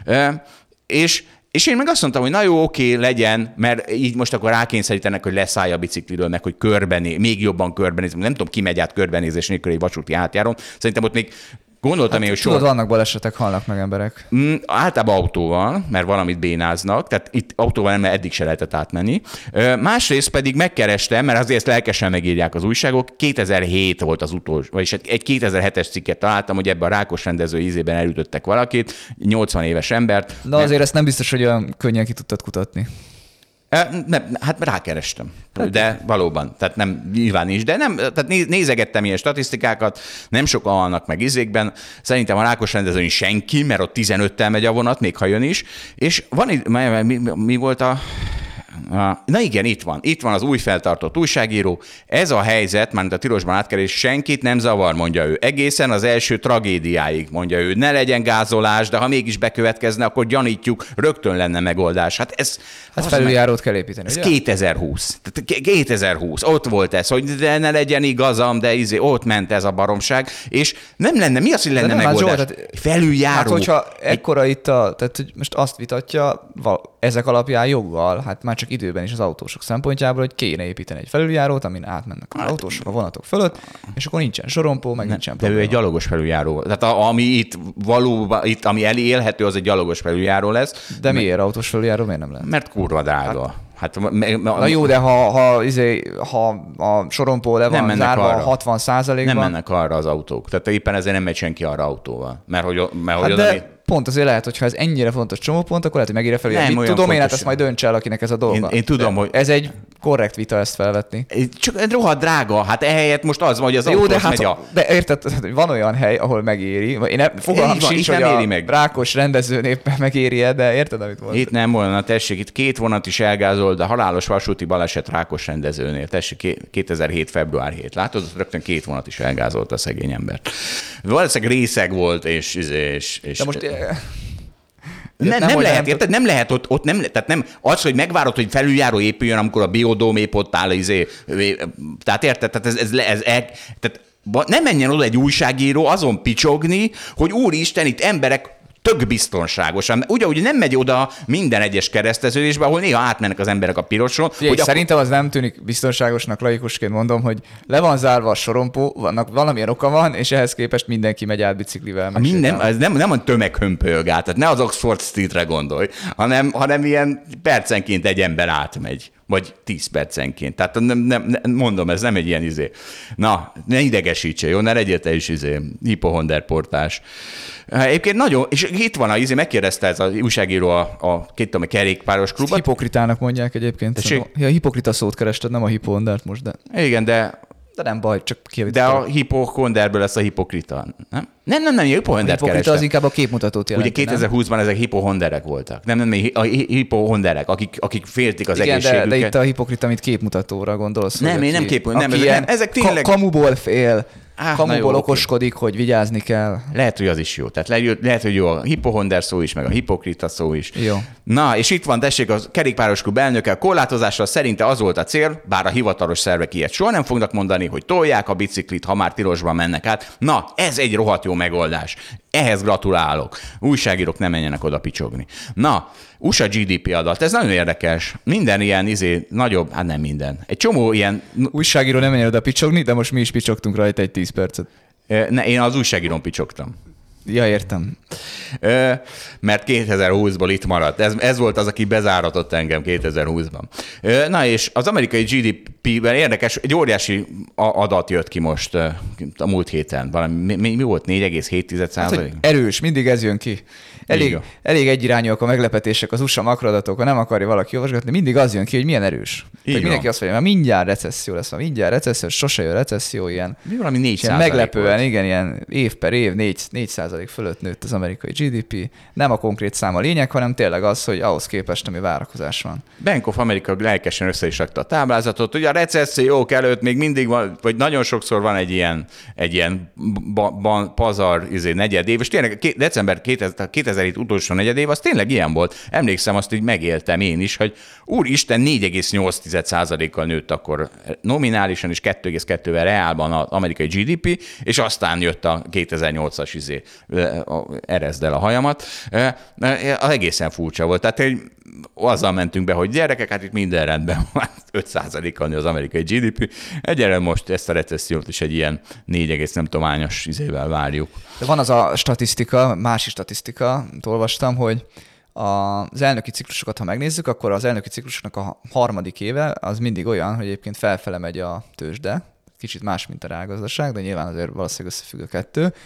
És én meg azt mondtam, hogy na jó, oké, legyen, mert így most akkor rákényszerítenek, hogy leszállj a bicikliről, meg hogy még jobban körbenézni. Nem tudom, ki megy át körbenézés nélkül egy vasúti átjáron. Szerintem ott még gondoltam én, hogy tudod, vannak balesetek, halnak meg emberek. Általában autóval, mert valamit bénáznak, tehát itt autóval nem, mert eddig se lehetett átmenni. Másrészt pedig megkerestem, mert azért ezt lelkesen megírják az újságok, 2007 volt az utolsó, vagyis egy 2007-es cikket találtam, hogy ebben a Rákos rendező ízében elütöttek valakit, 80 éves embert. De azért ezt nem biztos, hogy olyan könnyen ki tudtad kutatni. Hát rákerestem, de valóban, tehát nem, nyilván is, de nem, tehát nézegettem ilyen statisztikákat, nem sokan vannak meg izékben, szerintem a Rákos rendezőn senki, mert ott 15-tel megy a vonat, még ha jön is, és van itt, mi volt na igen, itt van az új feltartott újságíró. Ez a helyzet, mármint a tilosban átkerés, senkit nem zavar, mondja ő. Egészen az első tragédiáig, mondja ő. Ne legyen gázolás, de ha mégis bekövetkezne, akkor gyanítjuk, rögtön lenne megoldás. Hát ez... Hát felüljárót kell építeni, ez ugye? 2020. 2020. Ott volt ez, hogy de ne legyen igazam, de ott ment ez a baromság, és nem lenne, mi az, hogy lenne megoldás? Zsolt, felüljáró. Hát hogyha ekkora itt tehát hogy most azt vitatja, ezek alapján joggal, hát már csak időben is az autósok szempontjából, hogy kéne építeni egy felüljárót, amin átmennek az autósok a vonatok fölött, és akkor nincsen sorompó, meg nincsen probléma. De ő egy gyalogos felüljáró. Tehát ami itt valóban, ami élhető, az egy gyalogos felüljáró lesz. De miért autós felüljáró, miért nem lehet? Mert kurva drága. Na jó, de ha a sorompó le van zárva 60%-ban... Nem mennek arra az autók. Tehát éppen ezért nem megy senki arra autóval. Mert hogy pont azért lehet, hogy ha ez ennyire fontos csomópont, akkor lehet, hogy megírja fel, mit tudom én, hát ezt majd dönts el, akinek ez a dolga. Én tudom, hogy... Ez egy korrekt vita ezt felvetni. Csak egy rohadt drága, hát ehelyett most az van, hogy az autós megy De érted, van olyan hely, ahol megéri. Én fogalmam sincs, hogy a Rákos rendezőn éppen megéri-e, de érted, amit mondod? Itt nem volna, tessék, itt 2 vonat is elgázolt, de halálos vasúti baleset Rákos rendezőnél. Tessék, 2007. február 7. Látod, rögtön 2 vonat is elgázolt a szegény embert. Valószínűleg részeg volt, és de most nem lehet, érted? Nem lehet ott nem, tehát nem az, hogy megvárod, hogy felüljáró épüljön, amikor a Biodóm épp ott áll, tehát érted? Tehát nem menjen oda egy újságíró azon picsogni, hogy úristen, itt emberek tök biztonságosan. Ugye nem megy oda minden egyes kereszteződésbe, ahol néha átmennek az emberek a piroson. Szerintem az nem tűnik biztonságosnak, laikusként mondom, hogy le van zárva a sorompó, valamilyen oka van, és ehhez képest mindenki megy át biciklivel. Ez nem a tömeghömpölyög át, tehát ne az Oxford Streetre gondolj, hanem ilyen percenként egy ember átmegy. Vagy 10 percenként. Tehát mondom, ez nem egy ilyen Na, ne idegesítse, jó? Ne legyél te is hipohonder portás. Egyébként nagyon, és itt van megkérdezte ez az újságíró a kerékpáros klubot. Hipokritának mondják egyébként. A hipokrita szót kerested, nem a hipohondert most, de... Igen, de nem baj, csak kijavítom. De a hipohonderból lesz a hipokrita, nem? Nem, hipohondert kerestem. A hipokrita az inkább a képmutatót jelenti. Ugye 2020-ban ezek hipohonderek voltak. Nem, a hipohonderek, akik féltik az egészségüket. De itt a hipokrita, mint képmutatóra gondolsz. Nem, én nem képmutatóra. Nem, ezek tényleg... Kamuból fél. Kamuból okoskodik, hogy vigyázni kell. Lehet, hogy az is jó. Tehát lehet, hogy jó a hipohonder szó is, meg a hipokrita szó is. Jó. Na, és itt van, tessék, a kerékpáros klub elnöke a korlátozással szerinte az volt a cél, bár a hivatalos szervek ilyet soha nem fognak mondani, hogy tolják a biciklit, ha már tilosban mennek át. Na, ez egy rohadt jó megoldás. Ehhez gratulálok. Újságírók nem menjenek oda picsogni. Na, USA GDP adat, ez nagyon érdekes. Minden ilyen nagyobb, hát nem minden. Egy csomó ilyen... Újságíró nem menjen oda picsogni, de most mi is picsogtunk rajta egy 10 percet. Én az újságírón picsogtam. Ja, értem. Mert 2020-ból itt maradt. Ez volt az, aki bezáratott engem 2020-ban. Na és az amerikai GDP-ben érdekes, egy óriási adat jött ki most a múlt héten. Mi volt? 4,7%? Hát, erős, mindig ez jön ki. Elég egyirányúak a meglepetések, az USA makroadatok, ha nem akarja valaki olvasgatni, mindig az jön ki, hogy milyen erős. Mindenki azt mondja, mert mindjárt recesszió lesz, sose jön recesszió, ilyen. Mi valami 4%? Meglepően, volt. Igen, ilyen év per év 4% fölött nőtt az amerikai GDP. Nem a konkrét szám a lényeg, hanem tényleg az, hogy ahhoz képest, ami várakozás van. Bank of America lelkesen össze is rakta a táblázatot. Ugye a recessziók előtt még mindig van, vagy nagyon sokszor van egy ilyen pazar negyedév, és tényleg december 2007 utolsó negyedév, az tényleg ilyen volt. Emlékszem, azt így megéltem én is, hogy úristen 4,8%-kal nőtt akkor nominálisan, és 2,2-vel reálban az amerikai GDP, és aztán jött a 2008-as ereszd el a hajamat. Az egészen furcsa volt. Tehát azzal mentünk be, hogy gyerekek, hát itt minden rendben van, 5%-kal nő az amerikai GDP. Egyelőre most ezt a recessziót is egy ilyen 4, nem tudom hányas izével várjuk. De van az a statisztika, másik statisztika, olvastam, hogy az elnöki ciklusokat, ha megnézzük, akkor az elnöki ciklusoknak a harmadik éve az mindig olyan, hogy egyébként felfele megy a tőzsde, kicsit más, mint a reálgazdaság, de nyilván azért valószínűleg összefügg a kettő.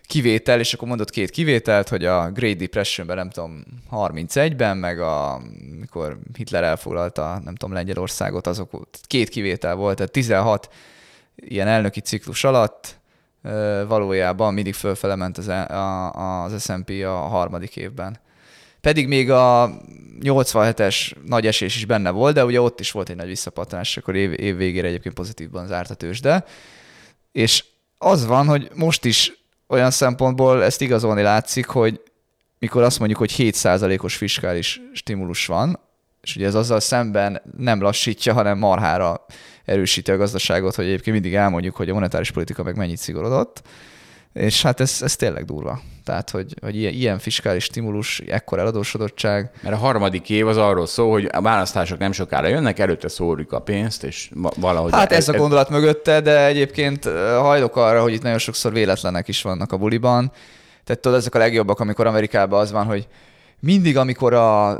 kivétel, és akkor mondott 2 kivételt, hogy a Great Depressionben, nem tudom, 31-ben, meg mikor Hitler elfoglalta, nem tudom, Lengyelországot, azok 2 kivétel volt, tehát 16 ilyen elnöki ciklus alatt valójában mindig fölfele ment az S&P a harmadik évben. Pedig még a 87-es nagy esés is benne volt, de ugye ott is volt egy nagy visszapattanás, akkor év végére egyébként pozitívban zárt a tőzsde. És az van, hogy most is olyan szempontból ezt igazolni látszik, hogy mikor azt mondjuk, hogy 7%-os fiskális stimulus van, és ugye ez azzal szemben nem lassítja, hanem marhára erősíti a gazdaságot, hogy egyébként mindig elmondjuk, hogy a monetáris politika meg mennyit szigorodott, és hát ez tényleg durva. Tehát, hogy ilyen fiskális stimulus, ekkor eladósodottság. Mert a harmadik év az arról szól, hogy a választások nem sokára jönnek, előtte szórjuk a pénzt, és valahogy... Hát ez a gondolat mögötte, de egyébként hajlok arra, hogy itt nagyon sokszor véletlenek is vannak a buliban. Tehát tudod, ezek a legjobbak, amikor Amerikában az van, hogy mindig, amikor a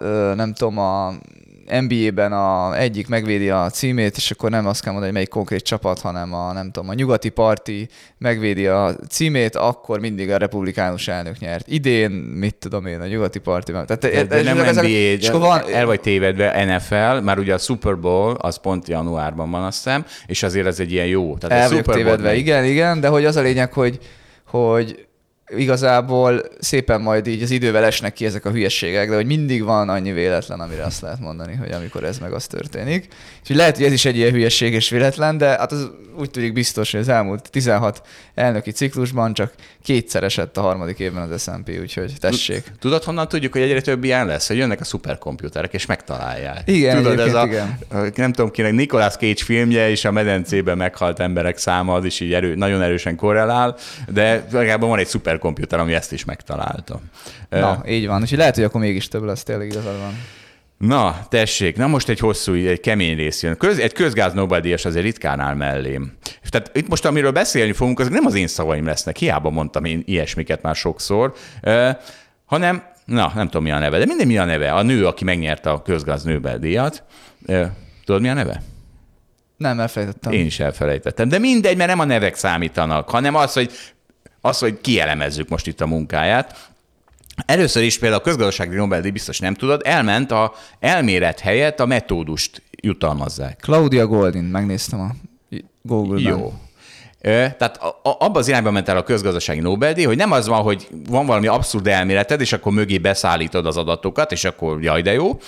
NBA-ben egyik megvédi a címét, és akkor nem azt kell mondani, hogy melyik konkrét csapat, hanem a nyugati parti megvédi a címét, akkor mindig a republikánus elnök nyert. Idén, mit tudom én, a nyugati parti. De nem NBA, el vagy tévedve, NFL, már ugye a Super Bowl, az pont januárban van, azt hiszem, és azért ez egy ilyen jó. Tehát el vagyok tévedve, igen, de hogy az a lényeg, hogy igazából szépen majd így az idővel esnek ki ezek a hülyességek, de hogy mindig van annyi véletlen, amire azt lehet mondani, hogy amikor ez meg az történik. Úgyhogy lehet, hogy ez is egy ilyen hülyeség és véletlen, de hát az úgy tűnik biztos, hogy az elmúlt 16 elnöki ciklusban csak 2-szer esett a harmadik évben az S&P, úgyhogy tessék. Tudod, honnan tudjuk, hogy egyre több ilyen lesz? Hogy jönnek a szuperkomputerek, és megtalálják. Igen, tudod, ez igen. Nem tudom kinek, Nicolas Cage filmje és a medencében meghalt emberek száma, az is így nagyon erősen korrelál, de legalább van egy szuperkomputer, ami ezt is megtalálta. Na, így van. Úgyhogy lehet, hogy akkor mégis több lesz, tényleg igazad van. Na, tessék, most egy kemény rész jön. Egy közgáz Nobel-díjas azért ritkán áll mellém. Tehát itt most, amiről beszélni fogunk, azok nem az én szavaim lesznek, hiába mondtam én ilyesmiket már sokszor, hanem, nem tudom mi a neve, de minden mi a neve. A nő, aki megnyerte a közgáz Nobel-díjat. Tudod, mi a neve? Nem, elfelejtettem. Én is elfelejtettem, de mindegy, mert nem a nevek számítanak, hanem az, hogy kielemezzük most itt a munkáját. Először is például a közgazdasági Nobel-díj, biztos nem tudod, elment a elmélet helyett a metódust jutalmazzák. Claudia Goldin, megnéztem a Google-ben. Jó. Tehát abban az irányban ment el a közgazdasági Nobel-díj, hogy nem az van, hogy van valami abszurd elméleted, és akkor mögé beszállítod az adatokat, és akkor jaj, de jó,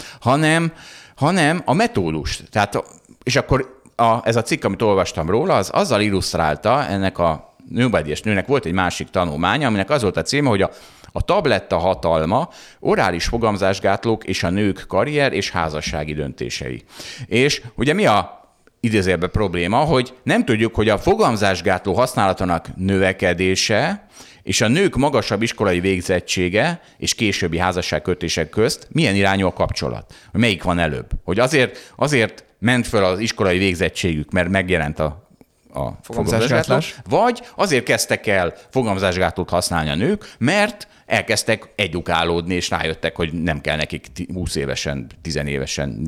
hanem a metódust. Tehát, és akkor ez a cikk, amit olvastam róla, az azzal illusztrálta, ennek a Nobel-díjas nőnek volt egy másik tanulmánya, aminek az volt a címe, hogy a tabletta hatalma, orális fogamzásgátlók és a nők karrier és házassági döntései. És ugye mi a idézőjelben probléma, hogy nem tudjuk, hogy a fogamzásgátló használatának növekedése és a nők magasabb iskolai végzettsége és későbbi házasságkötések közt milyen irányú a kapcsolat. Hogy melyik van előbb. Hogy azért ment föl az iskolai végzettségük, mert megjelent a fogamzásgátlós, vagy azért kezdtek el fogamzásgátlót használni a nők, mert elkezdtek edukálódni, és rájöttek, hogy nem kell nekik 20 évesen, 10 évesen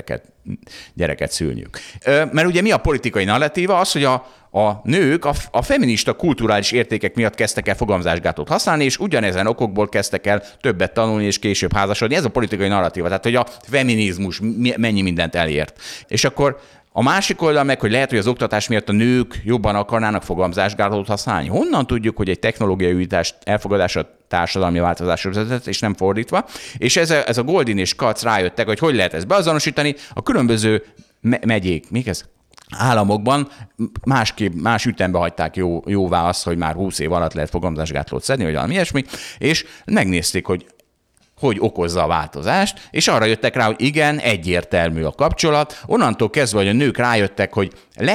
gyereket szülniük. Mert ugye mi a politikai narratíva? Az, hogy a nők a feminista kulturális értékek miatt kezdtek el fogamzásgátlót használni, és ugyanezen okokból kezdtek el többet tanulni, és később házasodni. Ez a politikai narratíva. Tehát, hogy a feminizmus mennyi mindent elért. És akkor a másik oldal meg, hogy lehet, hogy az oktatás miatt a nők jobban akarnának fogamzásgátlót használni. Honnan tudjuk, hogy egy technológiai újítás elfogadása társadalmi változásra vezetett, és nem fordítva. És ez a Goldin és Katz rájöttek, hogy lehet ezt beazonosítani. A különböző megyék, még ez? Államokban más ütembe hagyták jóvá azt, hogy már 20 év alatt lehet fogamzásgátlót szedni, vagy valami ilyesmi, és megnézték, hogy okozza a változást, és arra jöttek rá, hogy igen, egyértelmű a kapcsolat. Onnantól kezdve, hogy a nők rájöttek, hogy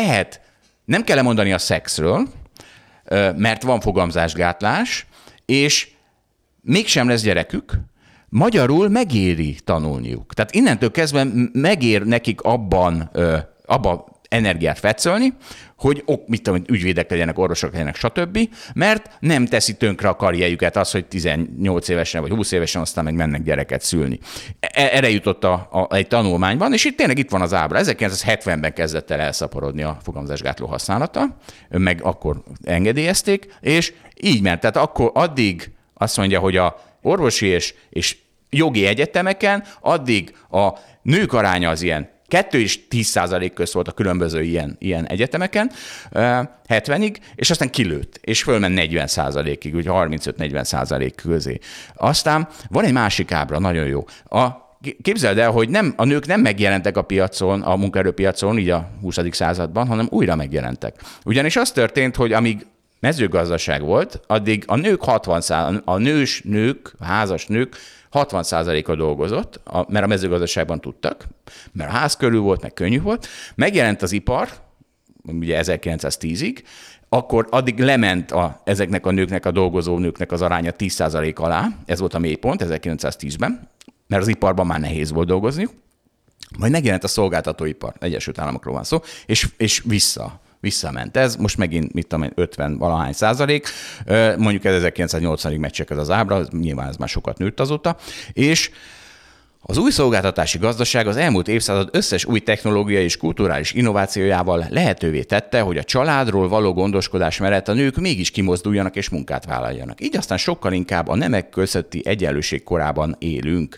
nem kell lemondani a szexről, mert van fogamzásgátlás, és mégsem lesz gyerekük, magyarul megéri tanulniuk. Tehát innentől kezdve megér nekik abba energiát fetszölni, hogy mit tudom, ügyvédek legyenek, orvosok legyenek, stb., mert nem teszi tönkre a karrierjüket az, hogy 18 évesen vagy 20 évesen aztán meg mennek gyereket szülni. Erre jutott egy tanulmányban, és tényleg itt van az ábra. 1970-ben kezdett el elszaporodni a fogamzásgátló használata, meg akkor engedélyezték, és Így ment. Tehát akkor addig azt mondja, hogy a orvosi és jogi egyetemeken addig a nők aránya az ilyen 2 és 10% közt volt a különböző ilyen egyetemeken, 70-ig, és aztán kilőtt, és fölment 40%-ig, ugye 35-40% közé. Aztán van egy másik ábra, nagyon jó. Képzeld el, hogy a nők nem megjelentek a piacon, a munkaerőpiacon, így a 20. században, hanem újra megjelentek. Ugyanis az történt, hogy amíg mezőgazdaság volt, addig a nők a nős nők, a házas nők 60%-a dolgozott, mert a mezőgazdaságban tudtak, mert a ház körül volt, meg könnyű volt. Megjelent az ipar, ugye 1910-ig, akkor addig lement ezeknek a nőknek, a dolgozó nőknek az aránya 10% alá, ez volt a mélypont 1910-ben, mert az iparban már nehéz volt dolgozni. Majd megjelent a szolgáltatóipar, Egyesült Államokról van szó, és visszament ez, most megint, 50-valahány százalék, mondjuk ez 1980-ig megcsek ez az ábra, nyilván ez már sokat nőtt azóta, és az új szolgáltatási gazdaság az elmúlt évszázad összes új technológiai és kulturális innovációjával lehetővé tette, hogy a családról való gondoskodás mellett a nők mégis kimozduljanak és munkát vállaljanak. Így aztán sokkal inkább a nemek közötti egyenlőség korában élünk.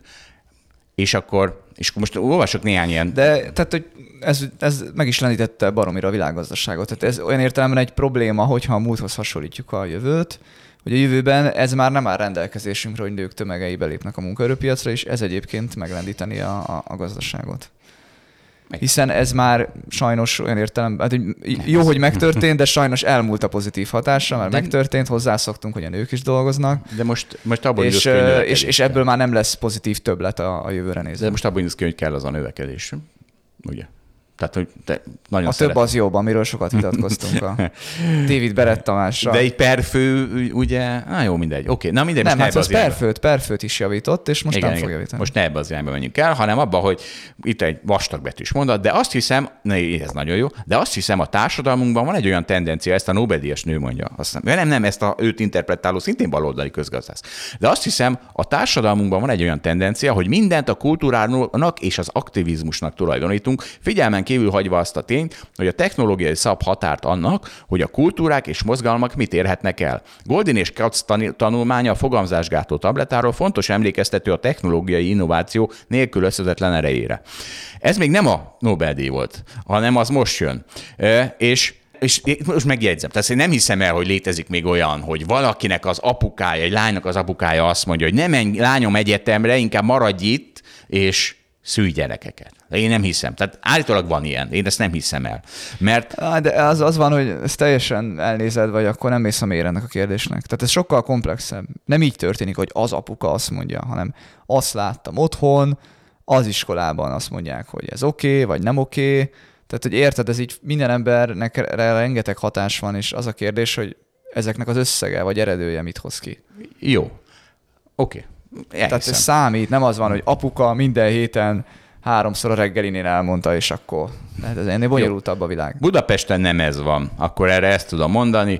És most olvasok néhány ilyen... De tehát, hogy ez meg is lendítette baromira a világgazdaságot. Tehát ez olyan értelemben egy probléma, hogyha a múlthoz hasonlítjuk a jövőt, hogy a jövőben ez már nem áll rendelkezésünkre, hogy nők tömegei belépnek a munkaerőpiacra, és ez egyébként meglendíteni a gazdaságot. Hiszen ez már sajnos olyan értelemben, hát jó, hogy megtörtént, de sajnos elmúlt a pozitív hatása, mert megtörtént, hozzászoktunk, hogy a nők is dolgoznak. De most abban és ebből már nem lesz pozitív többlet a jövőre nézve. De most abban indulsz ki, hogy kell az a növekedés. Ugye? Tehát, hogy te nagyon a több az jobb, amiről sokat vitatkoztunk a David Berett Tamással. De egy perfő, ugye, jó, mindegy. Oké, na mindegy. Nem, hát az perfőt is javított, és most nem fog javítani. Most ne ebbe az irányba menjünk el, hanem abba, hogy itt egy vastagbetűs mondat, de azt hiszem, ez nagyon jó, de azt hiszem a társadalmunkban van egy olyan tendencia, ezt a Nobel-díjas nő mondja, nem, ezt őt interpretáló, szintén baloldali közgazdász. De azt hiszem, a társadalmunkban van egy olyan tendencia, hogy mindent a kultúrának és az aktivizmusnak tulajdonítunk, figyelmen kívül hagyva azt a tényt, hogy a technológiai szab határt annak, hogy a kultúrák és mozgalmak mit érhetnek el. Goldin és Katz tanulmánya a fogamzásgátló tabletáról fontos emlékeztető a technológiai innováció nélkülözhetetlen erejére. Ez még nem a Nobel-díj volt, hanem az most jön. És most megjegyzem, tehát én nem hiszem el, hogy létezik még olyan, hogy valakinek az apukája, egy lánynak az apukája azt mondja, hogy nem menj lányom egyetemre, inkább maradj itt, és szülj gyerekeket. De én nem hiszem. Tehát állítólag van ilyen. Én ezt nem hiszem el. Mert... De az van, hogy ezt teljesen elnézed, vagy akkor nem mész a mélyre ennek a kérdésnek. Tehát ez sokkal komplexebb. Nem így történik, hogy az apuka azt mondja, hanem azt láttam otthon, az iskolában azt mondják, hogy ez oké, vagy nem oké. Tehát, hogy érted, ez így minden embernek rengeteg hatás van, és az a kérdés, hogy ezeknek az összege, vagy eredője mit hoz ki. Jó. Oké. Tehát ez számít, nem az van, hogy apuka minden héten 3-szor a reggelinél elmondta, és akkor ez ennél bonyolultabb a világ. Budapesten nem ez van, akkor erre ezt tudom mondani.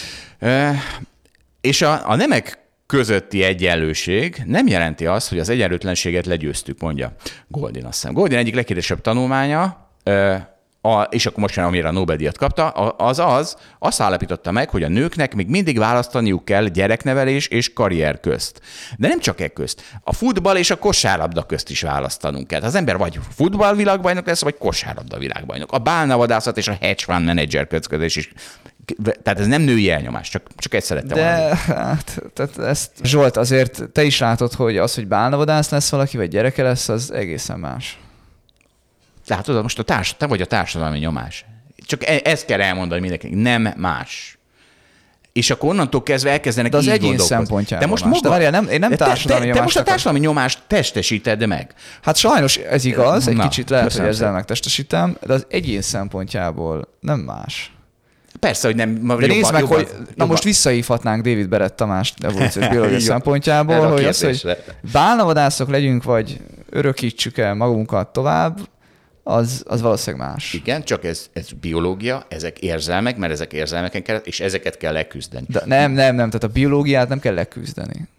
És a nemek közötti egyenlőség nem jelenti azt, hogy az egyenlőtlenséget legyőztük, mondja Goldin, azt hiszem. Goldin egyik legkérdésebb tanulmánya, és akkor most amire a Nobel-díjat kapta, azt állapította meg, hogy a nőknek még mindig választaniuk kell gyereknevelés és karrier közt. De nem csak közt. A futball és a kosárlabda közt is választanunk kell. Az ember vagy futball világbajnok lesz, vagy kosárlabda világbajnok. A bálnavadászat és a hedge fund manager közködés is. Tehát ez nem női elnyomás, csak ezt szerettem volna. De tehát ezt, Zsolt, azért te is látod, hogy az, hogy bálnavadász lesz valaki, vagy gyereke lesz, az egészen más. Látod, most te vagy a társadalmi nyomás. Csak ezt kell elmondani mindenkinek, nem más. És akkor onnantól kezdve elkezdenek így gondolkozni. De az egyén szempontjából most más. Várjál, én nem társadalmi nyomást. Te most a társadalmi nyomást testesíted meg. Hát sajnos ez igaz, egy kicsit lehet, hogy ezzel megtestesítem, de az egyén szempontjából nem más. Persze, hogy nem. De nézd meg, hogy most visszahívhatnánk David Berett Tamást evolúciós biológia szempontjából, hogy az, hogy bálnavadászok legyünk, vagy örökítsük el magunkat tovább, az valószínűleg más. Igen, csak ez biológia, ezek érzelmek, mert ezek érzelmeken kell, és ezeket kell leküzdeni. De nem, tehát a biológiát nem kell leküzdeni.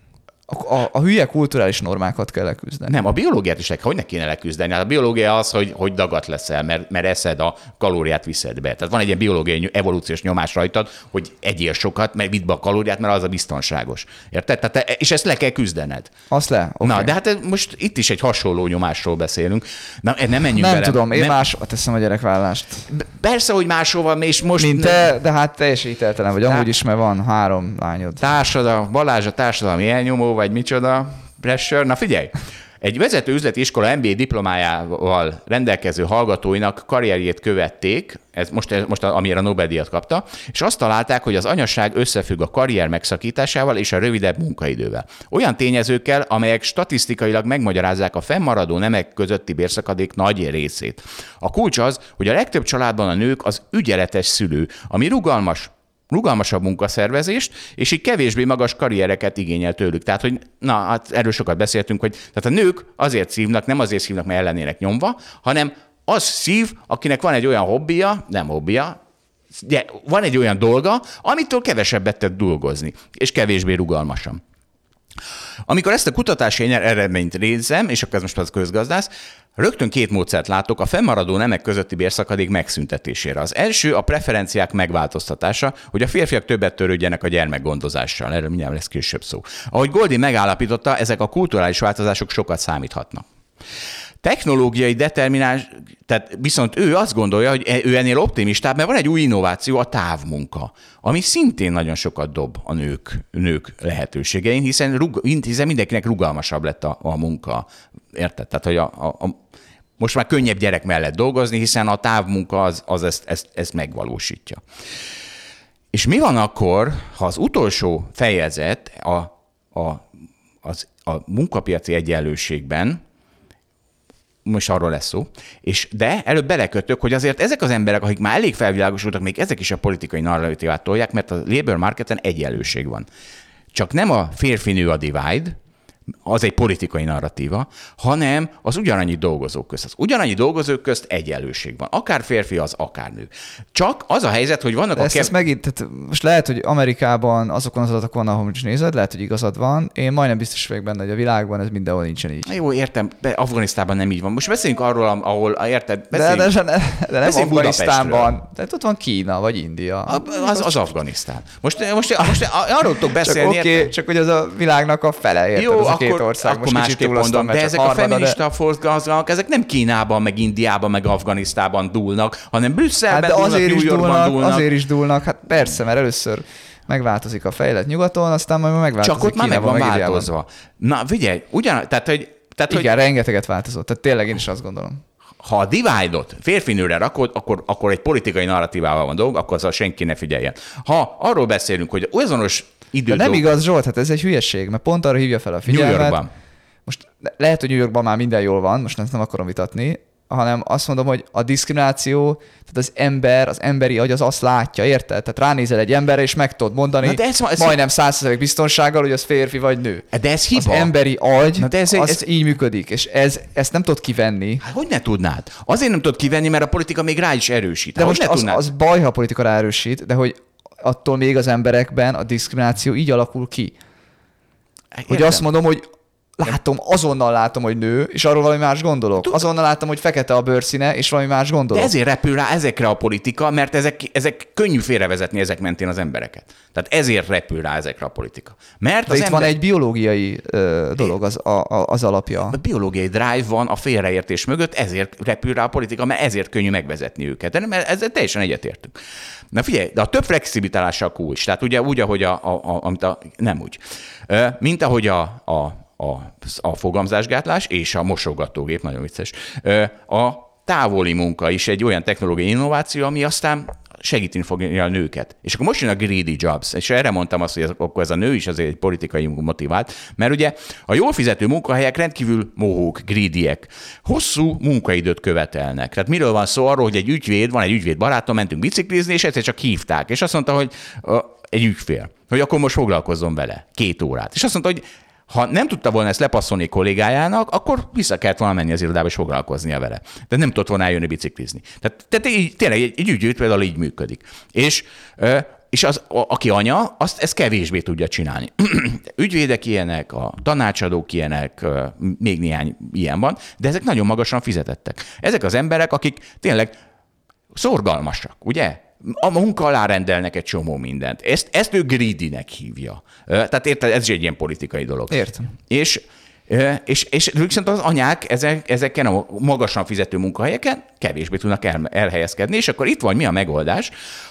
A hülye kulturális normákat kell leküzdeni. Nem, a biológiát is hogy ne kéne leküzdeni? A biológia az, hogy dagat leszel, mert eszed a kalóriát, viszed be. Tehát van egy ilyen biológiai evolúciós nyomás rajtad, hogy egyél sokat, mert vidd be a kalóriát, mert az a biztonságos. Érted? Tehát, és ezt le kell küzdened. Azt le? Okay. Na, de hát most itt is egy hasonló nyomásról beszélünk. Na, nem menjünk nem bele. Tudom, én máshova teszem a gyerekvállást. Persze, hogy máshova, és most... Mint te, de hát teljesen hiteltelen vagy. Amúgy is, mert van 3 lányod. Balázs a társadalmi elnyomó, vagy micsoda, pressure. Na figyelj, egy vezető üzleti iskola MBA diplomájával rendelkező hallgatóinak karrierjét követték, ez most amire a Nobel-díjat kapta, és azt találták, hogy az anyaság összefügg a karrier megszakításával és a rövidebb munkaidővel. Olyan tényezőkkel, amelyek statisztikailag megmagyarázzák a fennmaradó nemek közötti bérszakadék nagy részét. A kulcs az, hogy a legtöbb családban a nők az ügyeletes szülő, ami rugalmasabb munkaszervezést, és így kevésbé magas karriereket igényel tőlük. Tehát, hogy hát erről sokat beszéltünk, hogy tehát a nők azért szívnak, nem azért szívnak, mert ellenének nyomva, hanem az szív, akinek van egy olyan hobbija, nem hobbija, de van egy olyan dolga, amitől kevesebbet tud dolgozni, és kevésbé rugalmasan. Amikor ezt a kutatási eredményt nézem, és akkor ez most az közgazdász, rögtön 2 módszert látok a fennmaradó nemek közötti bérszakadék megszüntetésére. Az első a preferenciák megváltoztatása, hogy a férfiak többet törődjenek a gyermekgondozással. Erről mindjárt lesz később szó. Ahogy Goldin megállapította, ezek a kulturális változások sokat számíthatnak. Technológiai determinás, tehát viszont ő azt gondolja, hogy ő ennél optimistább, mert van egy új innováció, a távmunka, ami szintén nagyon sokat dob a nők lehetőségein, hiszen mindenkinek rugalmasabb lett a munka. Érted? Tehát, hogy most már könnyebb gyerek mellett dolgozni, hiszen a távmunka az ezt megvalósítja. És mi van akkor, ha az utolsó fejezet a munkapiaci egyenlőségben, most arról lesz szó, de előbb belekötök, hogy azért ezek az emberek, akik már elég felvilágosultak, még ezek is a politikai narratívát tolják, mert a labor marketen egyenlőség van. Csak nem a férfi-nő a divide, az egy politikai narratíva, hanem az ugyanannyi dolgozók közt. Az ugyanannyi dolgozók közt egyenlőség van. Akár férfi az, akár nő. Csak az a helyzet, hogy vannak ezt megint, tehát most lehet, hogy Amerikában azokon az adatok vannak, ahol is nézed, lehet, hogy igazad van. Én majdnem biztos vagyok benne, hogy a világban ez mindenhol nincsen így. Jó, értem, Afganisztánban nem így van. Most beszéljünk arról, ahol érted? De nem Afganisztánban. Tehát ott van Kína, vagy India. Az Afganisztán. Most arról tudok beszélni. Csak hogy az a világnak a fele, érted? Jó, akkor másképp mondom, de ezek a feminista forgalmak, ezek nem Kínában, meg Indiában, meg Afganisztánban dúlnak, hanem Brüsszelben dúlnak, New Yorkban dúlnak. Azért is dúlnak, hát persze, mert először megváltozik a fejlett nyugaton, aztán majd megváltozik Csak ott már meg van változva. Na, figyelj, igen, rengeteget változott, tehát tényleg én is azt gondolom. Ha a divide-ot férfinőre rakod, akkor egy politikai narratívával van dolog, akkor azzal senki ne figyeljen. Ha arról beszélünk, hogy azonos de nem igaz, Zsolt, hát ez egy hülyeség, mert pont arra hívja fel a figyelmet. New Yorkban. Most lehet, hogy New Yorkban már minden jól van, most ezt nem akarom vitatni, hanem azt mondom, hogy a diszkrimináció, tehát az emberi agy az azt látja, érted? Tehát ránézel egy emberre, és meg tudod mondani majdnem 100% biztonsággal, hogy az férfi vagy nő. De ez hiba. Az emberi agy, az így működik, és ezt nem tudod kivenni. Hát hogy ne tudnád? Azért nem tudod kivenni, mert a politika még rá is erősít. De most az baj, ha a politika rá erősít, de hogy attól még az emberekben a diszkrimináció így alakul ki. Hogy azt mondom, hogy azonnal látom, hogy nő, és arról valami más gondolok. Azonnal látom, hogy fekete a bőrszíne, és valami más gondolok. De ezért repül rá ezekre a politika, mert ezek könnyű félrevezetni ezek mentén az embereket. Tehát ezért repül rá ezekre a politika. Mert de itt van egy biológiai dolog, az alapja. A biológiai drive van a félreértés mögött, ezért repül rá a politika, mert ezért könnyű megvezetni őket. De mert ezzel teljesen egyetértünk. Na figyelj, de a több flexibilitással kulcs. Tehát ugye úgy, ahogy nem úgy. Mint ahogy a fogamzásgátlás és a mosogatógép, nagyon vicces. A távoli munka is egy olyan technológiai innováció, ami aztán segíteni fogja a nőket. És akkor most jön a greedy jobs, és erre mondtam azt, hogy akkor ez a nő is azért egy politikai motivált, mert ugye a jól fizető munkahelyek rendkívül mohók, greedyek, hosszú munkaidőt követelnek. Tehát miről van szó? Arról, hogy van egy ügyvéd barátom, mentünk biciklizni, és egyszer csak hívták, és azt mondta, hogy egy ügyfél, hogy akkor most foglalkozzon vele 2 órát. És azt mondta, hogy ha nem tudta volna ezt lepasszolni kollégájának, akkor vissza kellett volna menni az irodába és foglalkoznia vele. De nem tudott volna eljönni biciklizni. Tehát tényleg egy ügyvéd például így működik. És és aki anya, ezt kevésbé tudja csinálni. Ügyvédek ilyenek, a tanácsadók ilyenek, még néhány ilyen van, de ezek nagyon magasan fizetettek. Ezek az emberek, akik tényleg szorgalmasak, ugye? A munka alá rendelnek egy csomó mindent. Ezt ő greedy-nek hívja. Tehát érted, ez is egy ilyen politikai dolog. Értem. És viszont az anyák ezeken a magasan fizető munkahelyeken kevésbé tudnak elhelyezkedni, és akkor itt van, mi a megoldás?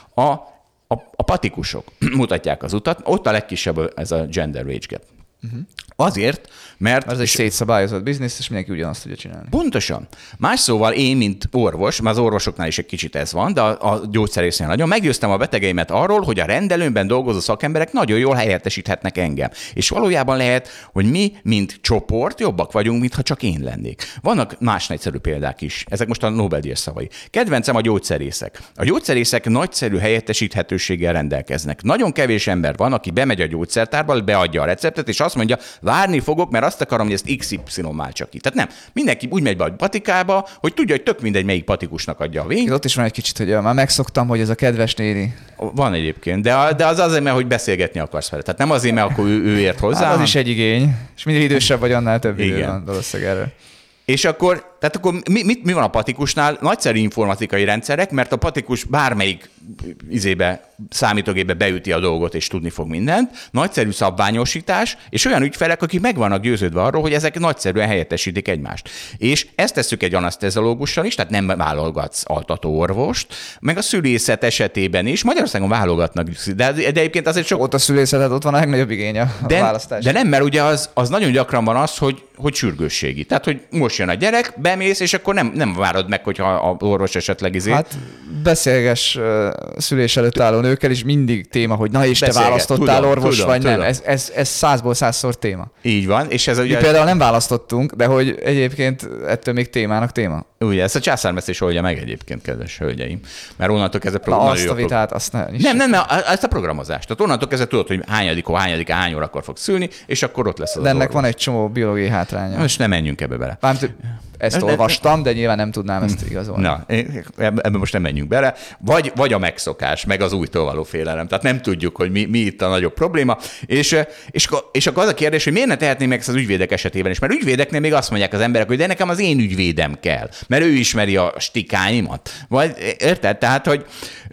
A patikusok mutatják az utat, ott a legkisebb ez a gender wage gap. Azért, mert... Ez egy szétszabályozott biznisz, és mindenki ugyanazt tudja csinálni. Pontosan. Más szóval én, mint orvos, mert az orvosoknál is egy kicsit ez van, de a gyógyszerésznél nagyon, meggyőztem a betegeimet arról, hogy a rendelőmben dolgozó szakemberek nagyon jól helyettesíthetnek engem. És valójában lehet, hogy mi, mint csoport, jobbak vagyunk, mintha csak én lennék. Vannak más nagyszerű példák is. Ezek most a Nobel-díjas szavai. Kedvencem a gyógyszerészek. A gyógyszerészek nagyszerű helyettesíthetőséggel rendelkeznek. Nagyon kevés ember van, aki bemegy a gyógyszertárba, beadja a receptet, és azt mondja, várni fogok, mert azt akarom, hogy ezt XY váltsa ki. Tehát nem, mindenki úgy megy be a patikába, hogy tudja, hogy tök mindegy, melyik patikusnak adja a vényt. Ott is van egy kicsit, hogy már megszoktam, hogy ez a kedves néni. Van egyébként, de az azért, mert hogy beszélgetni akarsz vele. Tehát nem azért, mert akkor ő ért hozzá. Hát az is egy igény. És minél idősebb vagy, annál több idő van valószínűleg erre. És akkor mi van a patikusnál? Nagyszerű informatikai rendszerek, mert a patikus bármelyik számítógépbe beüti a dolgot, és tudni fog mindent. Nagyszerű szabványosítás, és olyan ügyfelek, akik meg vannak győződve arról, hogy ezek nagyszerűen helyettesítik egymást. És ezt tesszük egy anasztezológussal is, tehát nem válogatsz altatóorvost, meg a szülészet esetében is. Magyarországon válogatnak, de egyébként azért sok... Ott a szülészetet, ott van a legnagyobb igény a választás. De nem, mert ugye az nagyon gyakran van az, hogy sürgősségi. Tehát, hogy most jön a gyerek, bemész, és akkor nem várod meg, hogyha az orvos esetleg Hát beszélges szülés előtt álló nőkkel is mindig téma, hogy na és te választottál orvos, vagy nem. Ez 100-ból 100-szor téma. Így van. És ez ugye... Mi például nem választottunk, de hogy egyébként ettől még témának téma. Ugye, ezt a császármesztés oldja meg egyébként, kedves hölgyeim. Mert onnantól kezdve... Azt a vitát, azt nem, ezt a programozást. Tehát onnantól kezdve tudod, hogy hány órakor fog szülni, és akkor ott lesz az de ennek orvos. Van egy csomó biológiai hátránya. Most nem menjünk ebbe bele. Ezt olvastam, de nyilván nem tudnám ezt igazolni. Na, ebben most nem menjünk bele. Vagy a megszokás, meg az újtól való félelem. Tehát nem tudjuk, hogy mi itt a nagyobb probléma. És akkor az a kérdés, hogy miért ne tehetnénk meg ezt az ügyvédek esetében is. Mert ügyvédeknél még azt mondják az emberek, hogy de nekem az én ügyvédem kell. Mert ő ismeri a stikáimat. Vagy érted? Tehát, hogy...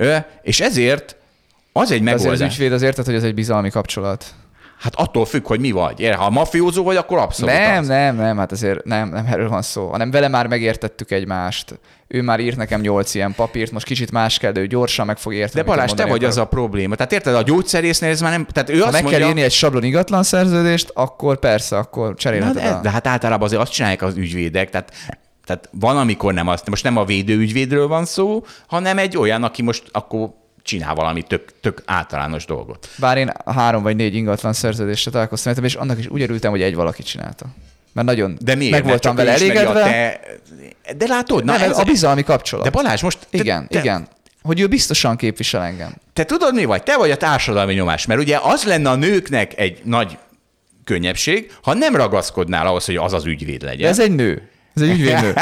És ezért az egy megoldás. Az ügyvéd az érted, hogy ez egy bizalmi kapcsolat. Hát attól függ, hogy mi vagy. Ha mafiózó vagy, akkor abszolút nem, hát azért nem erről van szó, hanem vele már megértettük egymást. Ő már írt nekem 8 ilyen papírt, most kicsit más kell, de ő gyorsan meg fog érteni. De Balázs, te vagy az a probléma. Tehát érted, a gyógyszerésznél ez már nem... Tehát ő azt meg mondja, kell írni egy sablon ingatlan szerződést, akkor persze, akkor cserélheted. De hát általában azért azt csinálják az ügyvédek, tehát van, amikor nem azt, most nem a védőügyvédről van szó, hanem egy olyan, aki most akkor csinál valami tök általános dolgot. Bár én 3 vagy 4 ingatlan szerződésre találkoztam, és annak is úgy örültem, hogy egy valaki csinálta. Mert nagyon meg voltam vele elégedve. De látod? Nem, a bizalmi kapcsolat. De Balázs, most... Igen. Hogy ő biztosan képvisel engem. Te tudod mi vagy? Te vagy a társadalmi nyomás, mert ugye az lenne a nőknek egy nagy könnyebbség, ha nem ragaszkodnál ahhoz, hogy az ügyvéd legyen. De ez egy nő. Ez egy ügyvédnő.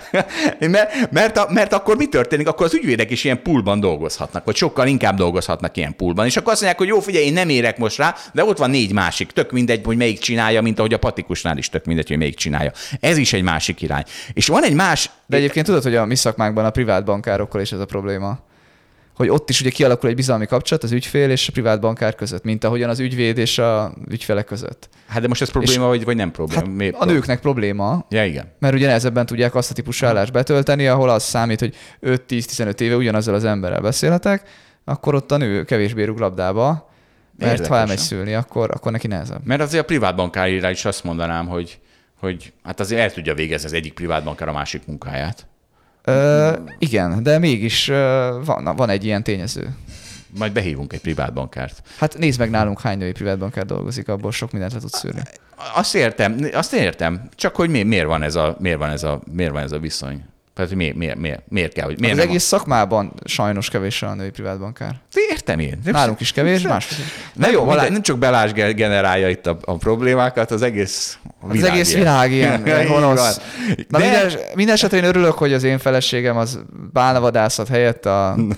mert akkor mi történik? Akkor az ügyvédek is ilyen poolban dolgozhatnak, vagy sokkal inkább dolgozhatnak ilyen poolban. És akkor azt mondják, hogy jó, figyelj, én nem érek most rá, de ott van 4 másik. Tök mindegy, hogy melyik csinálja, mint ahogy a patikusnál is tök mindegy, hogy melyik csinálja. Ez is egy másik irány. És van egy más... De egyébként tudod, hogy a mi szakmánkban a privát bankárokkal is ez a probléma. Hogy ott is ugye kialakul egy bizalmi kapcsolat az ügyfél és a privát bankár között, mint ahogyan az ügyvéd és a ügyfelek között. Hát de most ez probléma, vagy nem probléma? Hát a nőknek probléma. Ja, igen. Mert ugye nehezebben tudják azt a típusú állást betölteni, ahol az számít, hogy 5-10-15 éve ugyanazzal az emberrel beszélhetek, akkor ott a nő kevésbé rúg labdába, mert ha elmegy szülni, akkor neki nehezebb. Mert azért a privát bankárira is azt mondanám, hogy hát azért el tudja végezni az egyik privát bankár a másik munkáját. Igen, de mégis van egy ilyen tényező. Majd behívunk egy privát bankárt. Hát nézd meg nálunk, hány női privát bankár dolgozik, abból sok mindent le tudsz szűrni. Azt értem. Csak hogy miért van ez a viszony? Tehát miért kell, hogy miért az egész szakmában sajnos kevés a női privát bankár. Értem én. Nálunk is kevés, más. Nem csak Balázs generálja itt a problémákat, az egész világ. Az egész világ ilyen gonosz. Minden esetre én örülök, hogy az én feleségem az bálnavadászat helyett a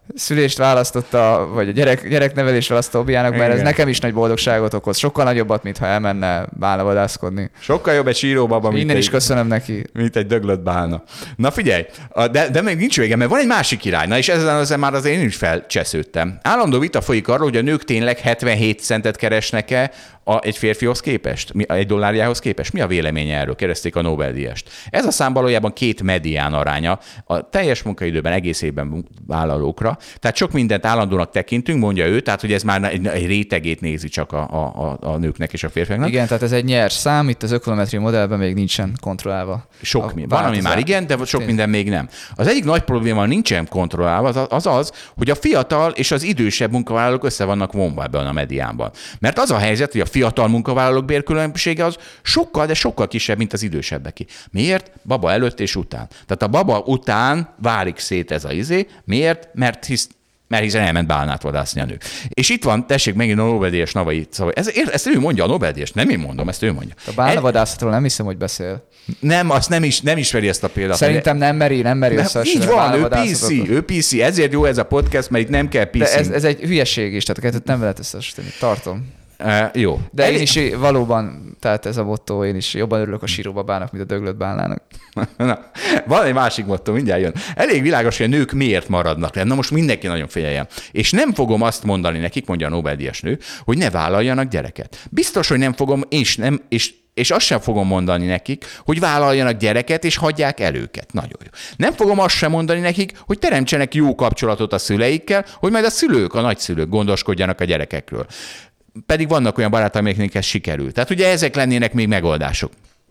szülést választotta, vagy a gyereknevelést választotta hobbiának, mert ez nekem is nagy boldogságot okoz. Sokkal nagyobbat, mint ha elmenne bálnavadászkodni. Sokkal jobb egy síróbaba, Innen is köszönöm neki. Mint egy döglött bálna. Na figyelj, de még nincs vége, mert van egy másik király. Na és ezen már azért én is felcsesződtem. Állandó vita folyik arról, hogy a nők tényleg 77 centet keresnek-e egy férfihoz képest, egy dollárjához képest. Mi a véleménye erről? Kérdezték a Nobel-díjast. Ez a szám valójában 2 medián aránya a teljes munkaidőben egész évben vállalókra. Tehát sok mindent állandónak tekintünk, mondja ő, tehát hogy ez már egy rétegét nézi csak a nőknek és a férfiaknak. Igen, tehát ez egy nyers szám, itt az ökonometriai modellben még nincsen kontrollálva. Van, ami már igen, de sok minden még nem. Az egyik nagy probléma nincsen kontrollálva, az, hogy a fiatal és az idősebb munkavállalók össze vannak vonva ebben a mediánban. Mert az a helyzet, hogy a fiatal munkavállalók bérkülönbsége az sokkal, de sokkal kisebb, mint az idősebbeké. Miért? Baba előtt és után. Tehát a baba után válik szét ez a izé. Miért? Mert hiszen elment bálnát vadászni a nő. És itt van, tessék, megint a Nobel-díjas Navai szava. Ezt ő mondja, a Nobel-díjas, nem én mondom, ezt ő mondja. A bálnavadászatról nem hiszem, hogy beszél. Nem, azt nem ismeri ezt a példát. Szerintem nem meri így van, ő PC, ezért jó ez a podcast, mert itt nem kell PC. De ez egy hülyeség is, tehát nem lehet összesíteni, tartom. Jó. De én is valóban, tehát ez a motto, én is jobban örülök a síróbabának, mint a döglött bálnának. Na, van egy másik motto, mindjárt jön. Elég világos, hogy a nők miért maradnak le. Na most mindenki nagyon figyeljen. És nem fogom azt mondani nekik, mondja a Nobel-díjas nő, hogy ne vállaljanak gyereket. Biztos, hogy nem fogom, és azt sem fogom mondani nekik, hogy vállaljanak gyereket, és hagyják el őket. Nagyon jó. Nem fogom azt sem mondani nekik, hogy teremtsenek jó kapcsolatot a szüleikkel, hogy majd a nagyszülők gondoskodjanak a gyerekekről. Pedig vannak olyan barátaim, amiknek ez sikerül. Tehát ugye ezek lennének még megoldások.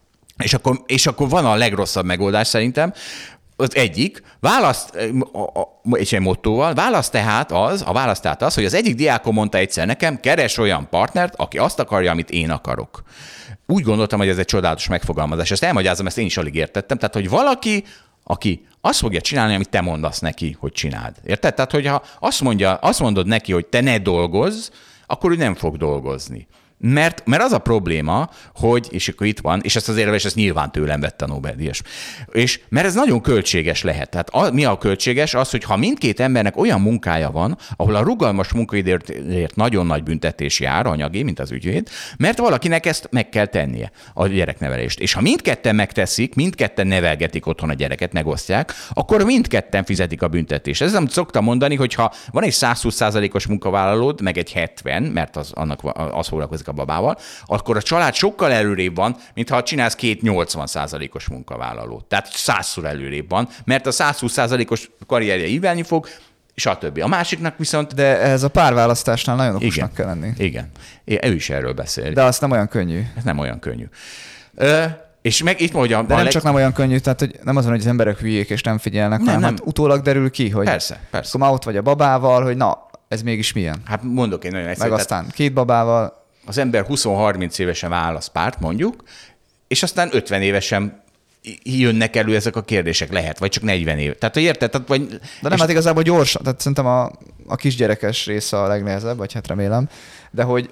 És akkor van a legrosszabb megoldás szerintem, az egyik, és egy mottóval, válasz tehát az, hogy az egyik diákom mondta egyszer nekem, keres olyan partnert, aki azt akarja, amit én akarok. Úgy gondoltam, hogy ez egy csodálatos megfogalmazás. Ezt elmagyarázom, ezt én is alig értettem. Tehát, hogy valaki, aki azt fogja csinálni, amit te mondasz neki, hogy csináld. Érted? Tehát, hogyha azt mondod neki, hogy te ne dolgozz, akkor ő nem fog dolgozni. Mert az a probléma, hogy, és akkor itt van, és ezt az érvelést ezt nyilván tőlem vette a Nobel-díjas, és mert ez nagyon költséges lehet. Tehát mi a költséges? Az, hogy ha mindkét embernek olyan munkája van, ahol a rugalmas munkaidőért nagyon nagy büntetés jár, anyagi, mint az ügyvéd, mert valakinek ezt meg kell tennie, a gyereknevelést. És ha mindketten megteszik, mindketten nevelgetik otthon a gyereket, megosztják, akkor mindketten fizetik a büntetést. Ez nem szoktam mondani, hogy ha van egy 120%-os munkavállalód, meg egy 70, mert az foglalkozik a babával, akkor a család sokkal előrébb van, mint ha csinálsz 80%-os munkavállalót. Tehát 100-szor előrébb van, mert a 120%-os karrierje ívelni fog, stb. A másiknak viszont... De ez a párválasztásnál nagyon okosnak kell lenni. Igen. Ő is erről beszél. De az nem olyan könnyű. Ez nem olyan könnyű. És meg itt mondja... De nem csak nem olyan könnyű, tehát hogy nem azon, hogy az emberek hülyék és nem figyelnek, hanem hát utólag derül ki, hogy persze. Akkor már ott vagy a babával, hogy na, ez mégis milyen. Hát mondok egy nagyon egyszerű. Meg aztán 2 babával. Az ember 20-30 évesen választ párt, mondjuk, és aztán 50 évesen jönnek elő ezek a kérdések, lehet, vagy csak 40 év. Tehát, hogy érted? De nem, hát igazából gyorsan, tehát szerintem a kisgyerekes része a legnehezebb, vagy hát remélem, de hogy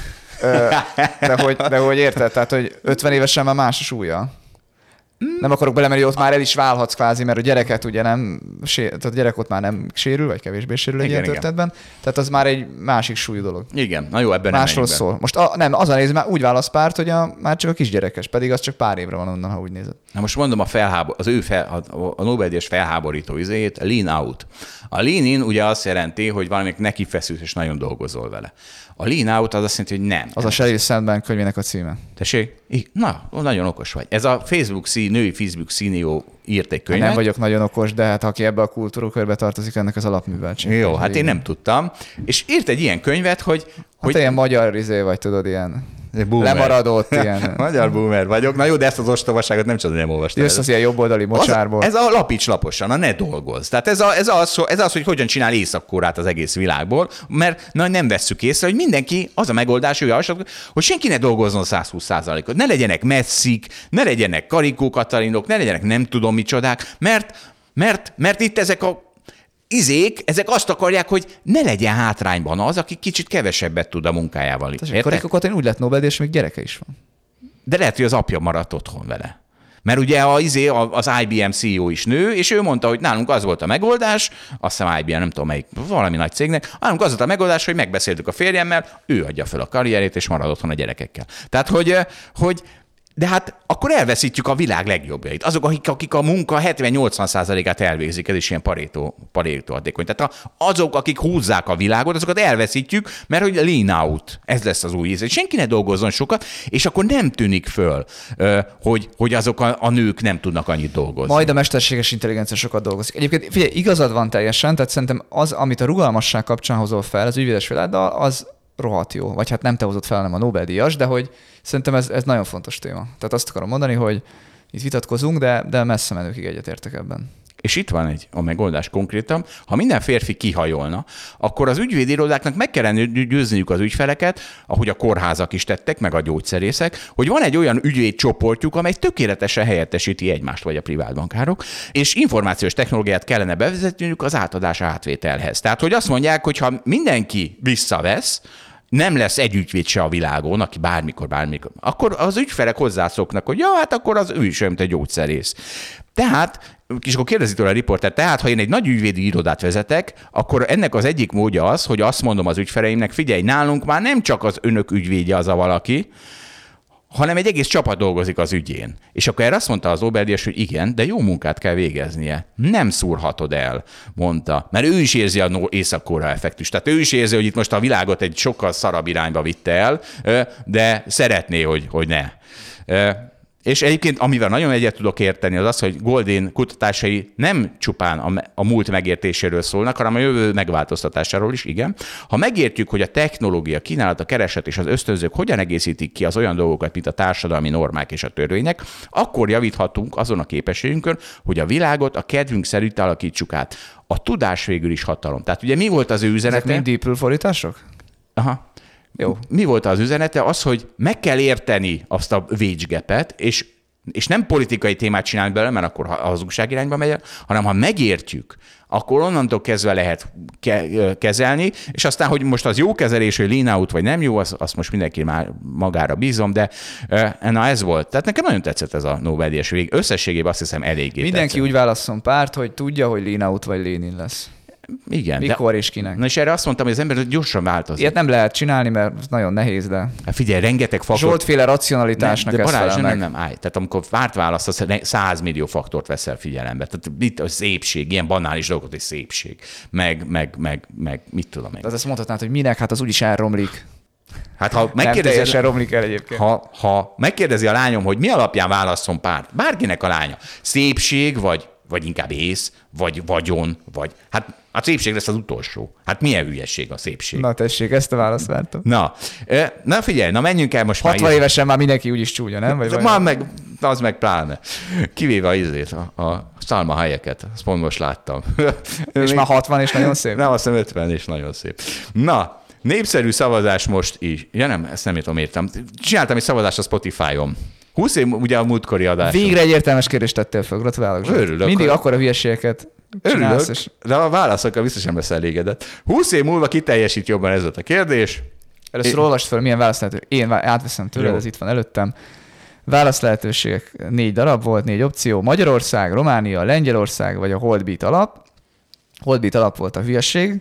érted, tehát, hogy 50 évesen már más a súlya. Nem akarok belemenni, ott már el is válhatsz kvázi, mert a gyereket ugye nem, tehát a gyerek ott már nem sérül, vagy kevésbé sérül egy ilyen történetben. Tehát az már egy másik súlyú dolog. Igen, na jó, ebben másról szól. Most nem, az a néz, már úgy válasz párt, hogy már csak a kisgyerekes, pedig az csak pár évre van onnan, ha úgy nézed. Na most mondom a Nobel-díjas felháborító izéjét, lean out. A lean in ugye azt jelenti, hogy valamelyik neki feszülsz és nagyon dolgozol vele. A lean out az azt jelenti, hogy nem. Az a Sheryl Sandberg könyvének a címe. Tessék? Na, nagyon okos vagy. Ez a női Facebook CEO írt egy könyvet. Nem vagyok nagyon okos, de hát aki ebbe a kultúrkörbe tartozik, ennek az alapműveltség. Jó, hát én nem tudtam. És írt egy ilyen könyvet, hogy... Hát ilyen magyar vagy, tudod, ilyen... Lemaradott ilyen. Magyar boomer vagyok. Na jó, de ezt az ostobaságot nem csak nem olvastam. Jössz az ilyen jobboldali mocsárból. Ez a lapíts laposan, ne dolgozz. Tehát ez az, hogy hogyan csinál Észak-Koreát az egész világból, mert nem vesszük észre, hogy mindenki, az a megoldás, hogy senki ne dolgozzon 120%-ot. Ne legyenek Messzik, ne legyenek Karikó Katalinok, ne legyenek nem tudom micsodák, mert itt ezek azt akarják, hogy ne legyen hátrányban az, aki kicsit kevesebbet tud a munkájával. Karikó Katalin úgy lett Nobel-díjas, még gyereke is van. De lehet, hogy az apja maradt otthon vele. Mert ugye az IBM CEO is nő, és ő mondta, hogy nálunk az volt a megoldás, azt hiszem IBM, nem tudom melyik, valami nagy cégnek, nálunk az volt a megoldás, hogy megbeszéltük a férjemmel, ő adja fel a karrierét, és marad otthon a gyerekekkel. Tehát, hogy de hát akkor elveszítjük a világ legjobbjait. Azok, akik a munka 70-80%-át elvégzik, ez is ilyen paréto hatékony. Tehát azok, akik húzzák a világot, azokat elveszítjük, mert hogy lean out, ez lesz az új íz. Senki ne dolgozzon sokat, és akkor nem tűnik föl, hogy azok a nők nem tudnak annyit dolgozni. Majd a mesterséges intelligencia sokat dolgozik. Egyébként figyelj, igazad van teljesen, tehát szerintem az, amit a rugalmasság kapcsán hozol fel az ügyvédes világgal, az rohadt jó. Vagy hát nem te hozott fel, hanem a Nobel-díjas, de hogy szerintem ez nagyon fontos téma. Tehát azt akarom mondani, hogy itt vitatkozunk, de messze menőkig egyetértek ebben. És itt van a megoldás konkrétan. Ha minden férfi kihajolna, akkor az ügyvédirodáknak meg kellene győzniük az ügyfeleket, ahogy a kórházak is tettek, meg a gyógyszerészek, hogy van egy olyan ügyvédcsoportjuk, amely tökéletesen helyettesíti egymást, vagy a privátbankárok, és információs technológiát kellene bevezetniük az átadás átvételhez. Tehát, hogy azt mondják, hogy ha mindenki visszavesz, nem lesz egy ügyvéd se a világon, aki bármikor, akkor az ügyfelek hozzászoknak, hogy ja, hát akkor az ő is olyan, mint egy gyógyszerész. Tehát, és akkor kérdezi tőle a riporter, tehát ha én egy nagy ügyvédi irodát vezetek, akkor ennek az egyik módja az, hogy azt mondom az ügyfeleimnek, figyelj, nálunk már nem csak az önök ügyvédje az a valaki, hanem egy egész csapat dolgozik az ügyén. És akkor erre azt mondta az Nobel-díjas, hogy igen, de jó munkát kell végeznie. Nem szúrhatod el, mondta. Mert ő is érzi a Észak-Korea effektust. Tehát ő is érzi, hogy itt most a világot egy sokkal szarabb irányba vitte el, de szeretné, hogy ne. És egyébként, amivel nagyon egyet tudok érteni, az az, hogy Goldin kutatásai nem csupán a múlt megértéséről szólnak, hanem a jövő megváltoztatásáról is, igen. Ha megértjük, hogy a technológia, kínálat, a kereset és az ösztönzők hogyan egészítik ki az olyan dolgokat, mint a társadalmi normák és a törvények, akkor javíthatunk azon a képességünkön, hogy a világot a kedvünk szerint alakítsuk át. A tudás végül is hatalom. Tehát ugye mi volt az ő üzenete? Ezek mind deep fordítások? Aha. Jó. Mi volt az üzenete? Az, hogy meg kell érteni azt a wage gap-et, és nem politikai témát csinálni belőle, mert akkor a hazugság irányba megy, hanem ha megértjük, akkor onnantól kezdve lehet kezelni, és aztán, hogy most az jó kezelés, hogy lean out, vagy nem jó, azt most mindenki már magára bízom, de na ez volt. Tehát nekem nagyon tetszett ez a Nobel-díjas vég. Összességében azt hiszem eléggé Mindenki tetszett. úgy válasszon párt, hogy tudja, hogy lean out vagy lean in lesz. Igen. Mikor és kinek. Na és erre azt mondtam, hogy az ember gyorsan változik. Ilyet nem lehet csinálni, mert nagyon nehéz, de... Hát figyelj, rengeteg faktor... Zsoltféle racionalitásnak de ez Balázs, felel meg. nem, állj. Tehát amikor párt választasz, 100 millió faktort veszel figyelembe. Tehát itt a szépség, ilyen banális dolgot, hogy szépség. Meg mit tudom én. De azt mondhatnád, hogy minek, hát az úgyis elromlik. Hát ha Nem megkérdezi, teljesen romlik el egyébként. ha megkérdezi a lányom, hogy mi alapján válasszon párt, bárkinek a lánya, szépség, vagy inkább ész, vagy vagyon, vagy... Hát a szépség lesz az utolsó. Hát milyen hülyeség a szépség. Na tessék, ezt a választ vártam. Na figyelj, menjünk el most 60 évesen már mindenki úgyis csúnya, nem? Az meg pláne. Kivéve a Salma Hayeket, azt pont most láttam. És már 60 és nagyon szép. Nem, azt hiszem 50 és nagyon szép. Na, népszerű szavazás most is. Ja nem, ezt nem értem. Csináltam egy szavazást a Spotify-on. 20 év ugye a múltkori adás. Végre egy értelmes kérdést tettél fel, gratulálok. Örülök. Mindig akkora hülyeségeket csinálsz. Örülök, de a válaszokkal biztos nem lesz elégedett. 20 év múlva ki teljesít jobban, ez volt a kérdés. Először olvasd fel, milyen válasz lehető. Én átveszem tőled, ez itt van előttem. Válasz lehetőségek 4 darab volt, 4 opció. Magyarország, Románia, Lengyelország vagy a Holdbeat alap. Holdbeat alap volt a hülyeség.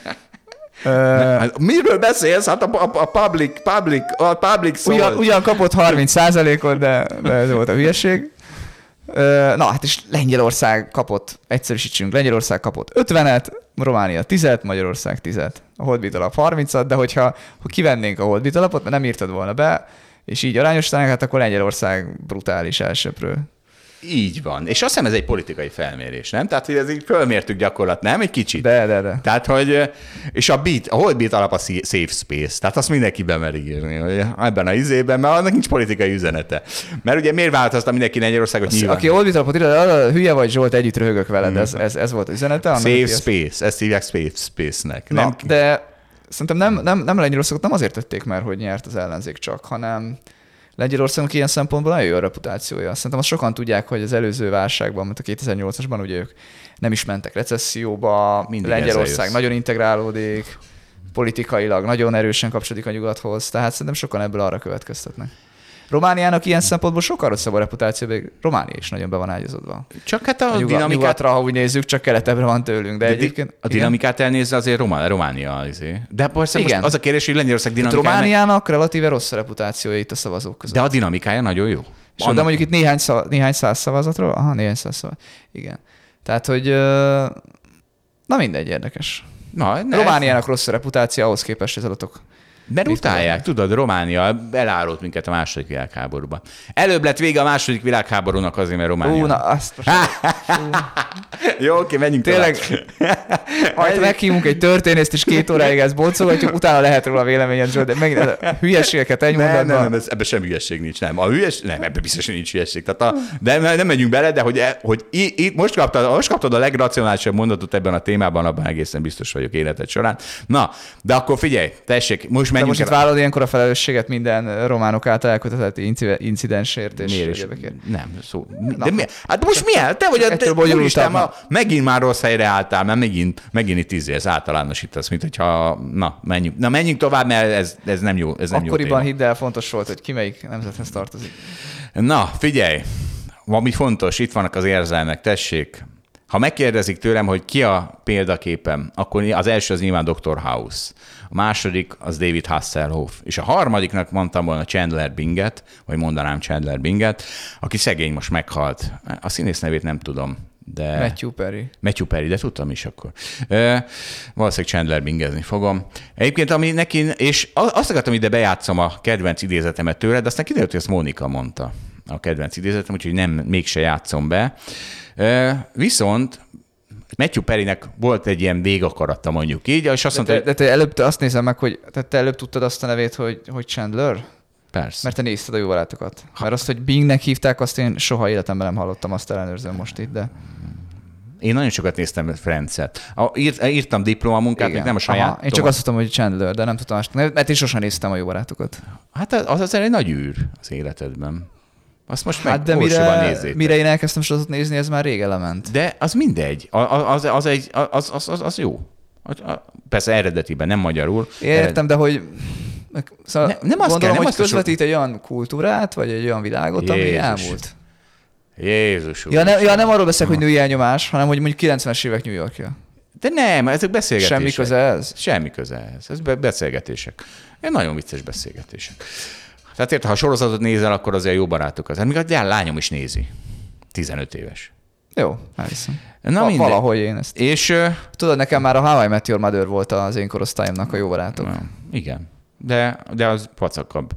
Miről beszélsz? Hát a public szóval. Ugyan kapott 30%-ot, de ez volt a hülyeség. Na hát és Lengyelország kapott, egyszerűsítsünk, Lengyelország kapott 50-et, Románia 10-et, Magyarország 10-et. A Holdbeat alap 30-at, de hogyha kivennénk a Holdbeat alapot, mert nem írtad volna be, és így arányosítanánk, hát akkor Lengyelország brutális elsőpről. Így van. És azt hiszem ez egy politikai felmérés, nem? Tehát, hogy ez így fölmértük gyakorlat, nem? Egy kicsit. De. Tehát, hogy, és a Holdbeat alap a safe space. Tehát azt mindenki bemeri írni, hogy ebben a izében, mert annak nincs politikai üzenete. Mert ugye miért változta mindenki Lengyelországot nyilván? Aki Holdbeat alapot írja, de hülye vagy Zsolt, együtt röhögök veled. Ez volt az üzenete. Safe space. Ezt hívják safe space-nek. Na, de szerintem nem Lengyelországot nem azért tették már, hogy nyert az ellenzék csak, hanem Lengyelországnak ilyen szempontból nagyon jó a reputációja. Szerintem azt sokan tudják, hogy az előző válságban, mint a 2008-asban, ugye ők nem is mentek recesszióba, Lengyelország nagyon integrálódik, politikailag nagyon erősen kapcsolódik a nyugathoz, tehát szerintem sokan ebből arra következtetnek. Romániának ilyen szempontból sokkal rosszabb a reputáció, még Románia is nagyon be van ágyazódva. Csak hát a dinamikát... Nyugatra, ha úgy nézzük, csak keletebbre van tőlünk, de egyébként... A dinamikát elnézve azért Románia azért. De persze most az a kérdés, hogy Lengyelország dinamikája... Romániának relatíve rossz a reputációja itt a szavazók között. De a dinamikája nagyon jó. De mondjuk itt néhány száz szavazatról? Aha, néhány száz szavazat. Igen. Tehát, hogy... Na mindegy, érdekes. Romániának rossz a reputáció, ahhoz képest az adatok. Mert utálják, tudod, Románia elárult minket a második világháborúban. Előbb lett vége a második világháborúnak azért, mert Románia... Na, azt most... Jó, oké, menjünk tényleg. Majd meghívunk egy történészt, és 2 óráig ezt boncolgatjuk, utána lehet róla véleményed, Zsolt, de megint hülyeségeket egy mondatban. Nem, ebben sem hülyeség nincs, nem. Nem, ebben biztos, hogy nincs hülyeség. De nem megyünk bele, de hogy itt most kaptad a legracionálisabb mondatot ebben a témában, abban egészen biztos vagyok életed során. Na, de akkor figyelj, tessék, most de most itt vállalod ilyenkor a felelősséget minden románok által elkövetett incidensért és nem, szó. De mi? Hát most milyen? Te vagy megint már rossz helyre álltál, mert megint itt ez általánosítasz, mint hogyha menjünk tovább, mert ez nem jó. Akkoriban hidd el, fontos volt, hogy ki melyik nemzethez tartozik. Na, figyelj, valami fontos, itt vannak az érzelmek, tessék. Ha megkérdezik tőlem, hogy ki a példaképem, akkor az első az nyilván Dr. House. A második az David Hasselhoff. És a harmadiknak mondtam volna Chandler Binget, vagy mondanám Chandler Binget, aki szegény most meghalt. A színész nevét nem tudom, de... Matthew Perry, de tudtam is akkor. Valószínűleg Chandler Bingezni fogom. Egyébként, ami neki... És azt akartam, ide bejátszom a kedvenc idézetemet tőle, de aztán kiderült, hogy ezt Mónika mondta. A kedvenc idézetem, úgyhogy mégse játszom be. Viszont Matthew Perrynek volt egy ilyen végakarata, mondjuk így, és azt mondta, de te előbb azt nézem meg, hogy te előbb tudtad azt a nevét, hogy Chandler? Persze. Mert te nézted a Jó barátokat. Mert azt, hogy Bingnek hívták, azt én soha életemben nem hallottam, azt ellenőrzöm most itt, de... Én nagyon sokat néztem Friends-et. Írtam diplomamunkát, még nem a saját. Én csak azt tudtam, hogy Chandler, de nem tudtam azt, mert én sosem néztem a Jó barátokat. Hát az azért egy nagy űr az életedben. Azt most meg de mire én elkezdtem sorozatot nézni, ez már rég element. De az mindegy. Az jó. Persze eredetiben, nem magyarul. Értem, de hogy... Szóval nem azt gondolom, kell, hogy közvetít egy olyan kultúrát, vagy egy olyan világot, ami elmúlt. Jézus úr. Nem arról beszélek, hogy női elnyomás, hanem hogy mondjuk 90-es évek New Yorkja. De nem, ezek beszélgetések. Semmi köze ez? Semmi köze ez. Ez beszélgetések. Nagyon vicces beszélgetések. Tehát érted, ha a sorozatot nézel, akkor azért Jó barátok az. Hát még a lányom is nézi. 15 éves. Jó, elhiszem. Valahogy én ezt. És tudod, nekem már a How I Met Your Mother volt az én korosztályomnak a Jó barátok. Igen, de az pacakabb.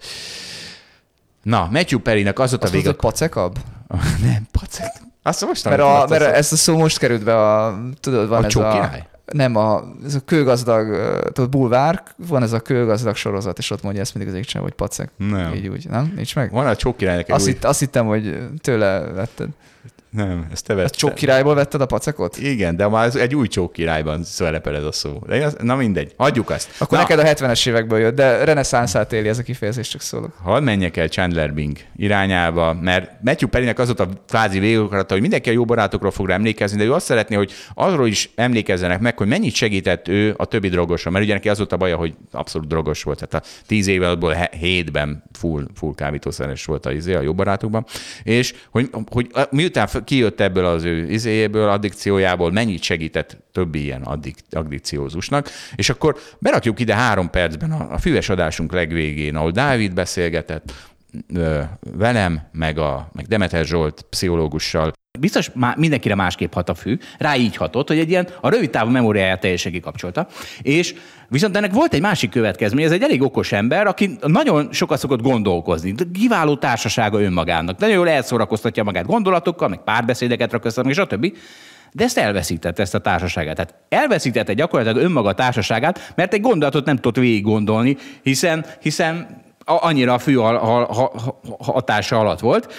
Na, Matthew Perrynek az ott a vége... Azt pacekabb? Nem, pacek. Azt most mert ezt a szó most került be tudod, van a ez a... Nem, ez a kőgazdag, tudod, bulvár, van ez a kőgazdag sorozat, és ott mondja ezt mindig az égcsávó, hogy pacek. Nem. Így úgy, nem? Nincs meg? Van a Csók királynak egy Azt hittem, hogy tőle vetted. Nem, ezt te vetted. A Csók királyból vetted a pacekot? Igen, de már egy új Csók királyban szerepel ez a szó. Na mindegy, hagyjuk azt. Akkor neked a 70-es évekből jött, de reneszánszát éli ez a kifejezés, csak szólok. Hadd menjek el Chandler Bing irányába, mert Matthew Perrynek az volt a kvázi végokarata, hogy mindenki a Jó barátokról fog rá emlékezni, de ő azt szeretné, hogy arról is emlékezzenek meg, hogy mennyit segített ő a többi drogoson, mert ugye neki az volt a baja, hogy abszolút drogos volt. Tehát a 10 évből 7-ben full kábítószeres volt a Jó barátokban. És hogy miután kijött ebből az ő izéjéből, addikciójából, mennyit segített többi ilyen addikciózusnak, és akkor berakjuk ide 3 percben a füves adásunk legvégén, ahol Dávid beszélgetett velem, meg Demeter Zsolt pszichológussal. Biztos mindenkire másképp hat a fű, rá így hatott, hogy egy ilyen a rövid távú memóriáját teljesen kikapcsolta, és viszont ennek volt egy másik következmény, ez egy elég okos ember, aki nagyon sokat szokott gondolkozni, kiváló társasága önmagának, nagyon jól elszórakoztatja magát gondolatokkal, meg párbeszédeket rakasztat, és stb. De ezt elveszítette, ezt a társaságát. Tehát elveszítette gyakorlatilag önmaga társaságát, mert egy gondolatot nem tudott végig gondolni, hiszen annyira a fű hatása alatt volt,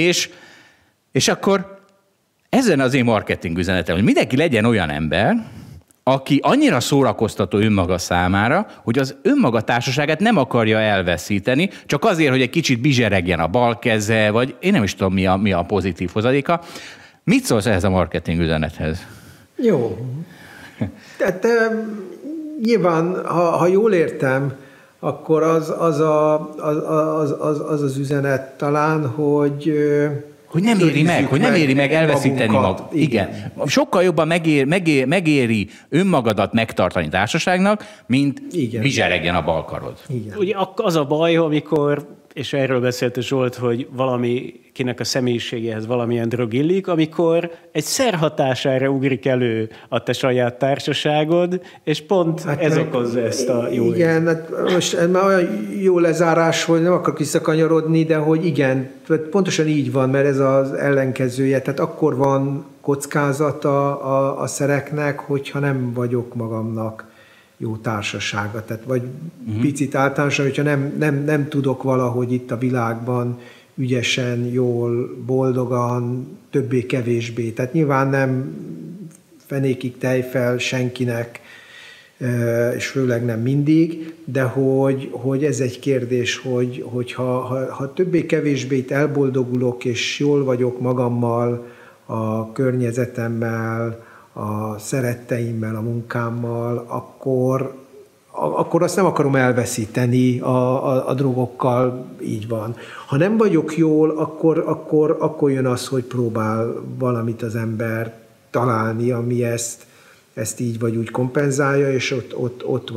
és akkor ezen az én marketing üzenetem, hogy mindenki legyen olyan ember, aki annyira szórakoztató önmaga számára, hogy az önmaga társaságát nem akarja elveszíteni, csak azért, hogy egy kicsit bizseregjen a bal keze, vagy én nem is tudom, mi a pozitív hozadéka. Mit szólsz ehhez a marketing üzenethez? Jó. Tehát nyilván, ha jól értem, akkor az üzenet talán, hogy nem éri meg elveszíteni magunkat. Igen. Sokkal jobban megéri önmagadat megtartani társaságnak, mint bizseregjen a bal karod. Igen. Ugye az a baj, amikor, és erről beszélt Zsolt, hogy valakinek a személyiségéhez valamilyen drog illik, amikor egy szerhatására ugrik elő a te saját társaságod, és pont ez okozza ezt a jó. Igen, hát most ez már olyan jó lezárás, hogy nem akarok visszakanyarodni, de hogy igen, pontosan így van, mert ez az ellenkezője. Tehát akkor van kockázata a szereknek, hogyha nem vagyok magamnak jó társasága. Tehát vagy picit általánosan, hogyha nem tudok valahogy itt a világban ügyesen, jól, boldogan, többé-kevésbé. Tehát nyilván nem fenékig tejfel senkinek, és főleg nem mindig, de hogy ez egy kérdés, hogy ha többé-kevésbé itt elboldogulok, és jól vagyok magammal, a környezetemmel, a szeretteimmel, a munkámmal, akkor azt nem akarom elveszíteni a drogokkal, így van. Ha nem vagyok jól, akkor jön az, hogy próbál valamit az ember találni, ami ezt így vagy úgy kompenzálja, és ott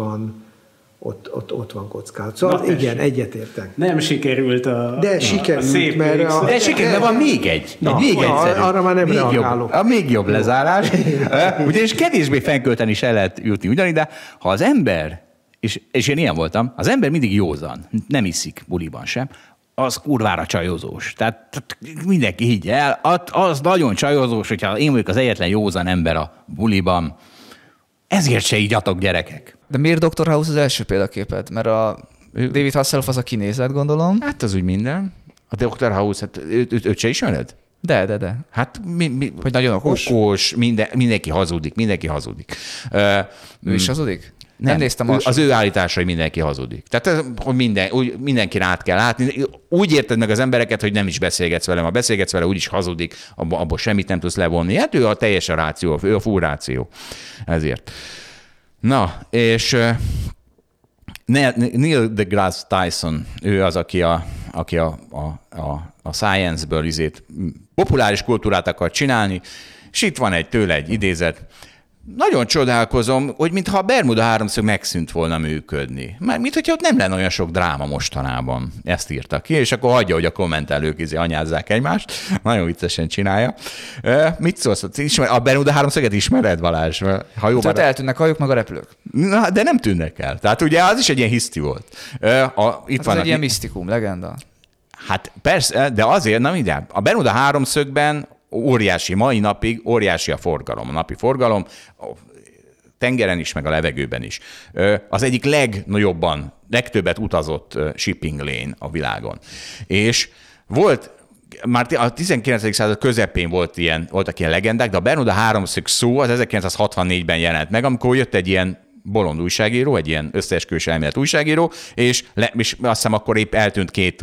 van kockázat. Szóval igen, egyetértek. Nem sikerült de sikerült, a szép de van még egy. Arra már nem reagálok. A még jobb lezárás. Ugyanis kevésbé fennkölten is el lehet jutni ugyanide, ha az ember, és én ilyen voltam, az ember mindig józan, nem iszik buliban sem, az kurvára csajozós. Tehát mindenki higgye el, az nagyon csajozós, hogyha én vagyok az egyetlen józan ember a buliban. Ezért se igyatok, gyerekek. De miért Dr. House az első példaképed? Mert a David Hasselhoff az a kinézet, gondolom. Hát az úgy minden. A Dr. House, hát őt se ismered? De. Hát hogy nagyon okos. Mindenki hazudik. Ő is hazudik? Nem néztem az ő állításai mindenki hazudik. Tehát hogy mindenki rád kell látni. Úgy érted meg az embereket, hogy nem is beszélgetsz vele. Ha beszélgetsz vele, úgyis hazudik, abból semmit nem tudsz levonni. Hát ő a teljes ráció, ő a full ráció. Ezért. Na, és Neil deGrasse Tyson, ő az, aki a Science-ből populáris kultúrát akar csinálni, és itt van tőle egy idézet. Nagyon csodálkozom, hogy mintha a Bermuda háromszög megszűnt volna működni. Már mintha ott nem lenne olyan sok dráma mostanában. Ezt írta ki, és akkor hagyja, hogy a kommentelők anyázzák egymást. Nagyon viccesen csinálja. Mit szólsz? A Bermuda háromszöget ismered, Balázs? Tehát eltűnnek hajók meg a repülők. Na, de nem tűnnek el. Tehát ugye az is egy ilyen hiszti volt. Itt van egy ilyen misztikum, legenda. Hát persze, de azért, na mindjárt. A Bermuda háromszögben óriási, mai napig óriási a forgalom, a napi forgalom, a tengeren is, meg a levegőben is. Az egyik legtöbbet utazott shipping lane a világon. És volt, már a 19. század közepén voltak ilyen legendák, de a Bermuda háromszög szó az 1964-ben jelent meg, amikor jött egy ilyen bolond újságíró, egy ilyen összeesküvés elmélet újságíró, és azt hiszem akkor épp eltűnt két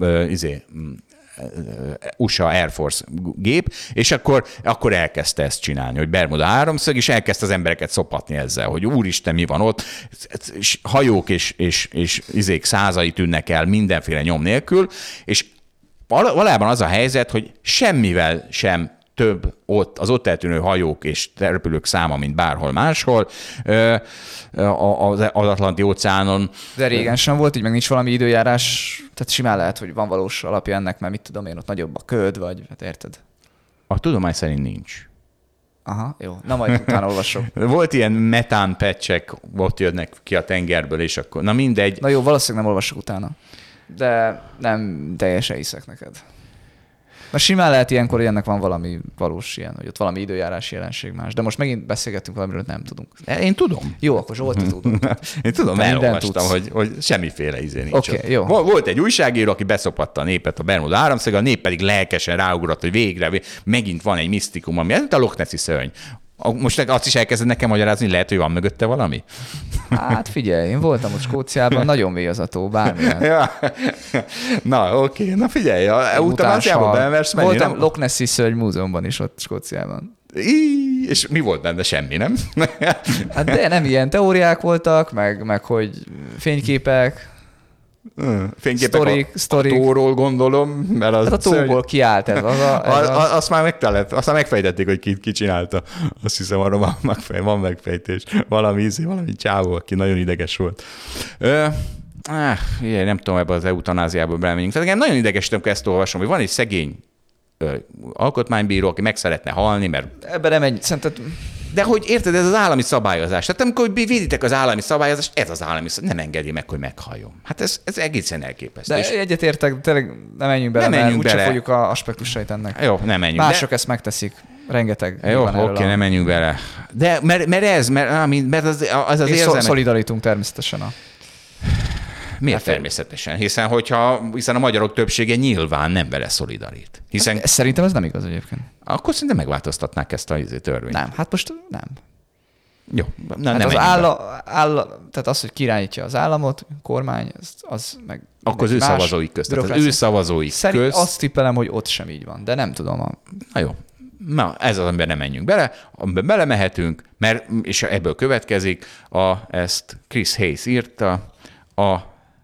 USA Air Force gép, és akkor elkezdte ezt csinálni, hogy Bermuda háromszög, és elkezdte az embereket szopatni ezzel, hogy úristen, mi van ott, hajók és százai tűnnek el mindenféle nyom nélkül, és valójában az a helyzet, hogy semmivel sem több az ott eltűnő hajók és repülők száma, mint bárhol máshol az Atlanti-óceánon. De régen sem volt, így meg nincs valami időjárás, tehát simán lehet, hogy van valós alapja ennek, mert mit tudom én, ott nagyobb a köd, vagy hát érted? A tudomány szerint nincs. Aha, jó. Na majd utána olvasok. Volt ilyen metán patchek, ott jönnek ki a tengerből, és akkor, na mindegy. Na jó, valószínűleg nem olvasok utána. De nem teljesen hiszek neked. Na simán lehet ilyenkor, hogy ennek van valami valós ilyen, hogy ott valami időjárási jelenség más. De most megint beszélgettünk valamiről, nem tudunk. Én tudom. Jó, akkor Zsolti tudod. Én tudom, elolvastam, hogy semmiféle nincs. Okay, jó. Volt egy újságíró, aki beszopatta a népet a Bermuda háromszög, a nép pedig lelkesen ráugrott, hogy végre megint van egy misztikum, ami a Loch Nessi szörny. Most azt is elkezded nekem magyarázni, lehet, hogy van mögötte valami? Hát figyelj, én voltam ott Skóciában, nagyon mély az a tó, bármilyen. Ja. Na, oké, na figyelj, utána bemersz menni. Voltam Loch Nessi szörny múzeumban is ott Skóciában. És mi volt benne? Semmi, nem? Hát de nem ilyen teóriák voltak, meg hogy fényképek, Fényképek sztorik. a tóról gondolom, mert az... Hát a tóból kiállt ez. Azt már megtalálták, aztán megfejtették, hogy ki csinálta. Azt hiszem, arra van megfejtés. Valami csávó, aki nagyon ideges volt. Nem tudom, ebbe az eutanáziából belemegyünk. Tehát engem nagyon idegesítem, amikor ezt olvasom, hogy van egy szegény alkotmánybíró, aki meg szeretne halni, mert... Ebben nem egy... Szerinted... De hogy érted, ez az állami szabályozás. Tehát amikor véditek az állami szabályozást, ez az állami szabályozás, nem engedi meg, hogy meghalljon. Hát ez egészen elképesztő. De egyetértek, tényleg nem menjünk bele, mert úgyse fogjuk a aspektusait ennek. Jó, nem menjünk. Mások ezt megteszik. Rengeteg. Jó, oké, nem menjünk bele. De mert az érzelmek... Szolidarítunk természetesen Miért természetesen? Hiszen a magyarok többsége nyilván nem vele szolidarít. Hiszen... Hát, szerintem ez nem igaz egyébként. Akkor szerintem megváltoztatnák ezt a törvényt. Nem, hát most nem. Jó, hát nem tehát az, hogy kirányítja az államot, kormány, az meg... Akkor az ő szavazóik közt. Az ő szavazóik közt. Azt tippelem, hogy ott sem így van, de nem tudom. Na jó. Na, ez az, amiben nem menjünk bele, amiben belemehetünk, és ebből következik, ezt Chris Hayes írta, a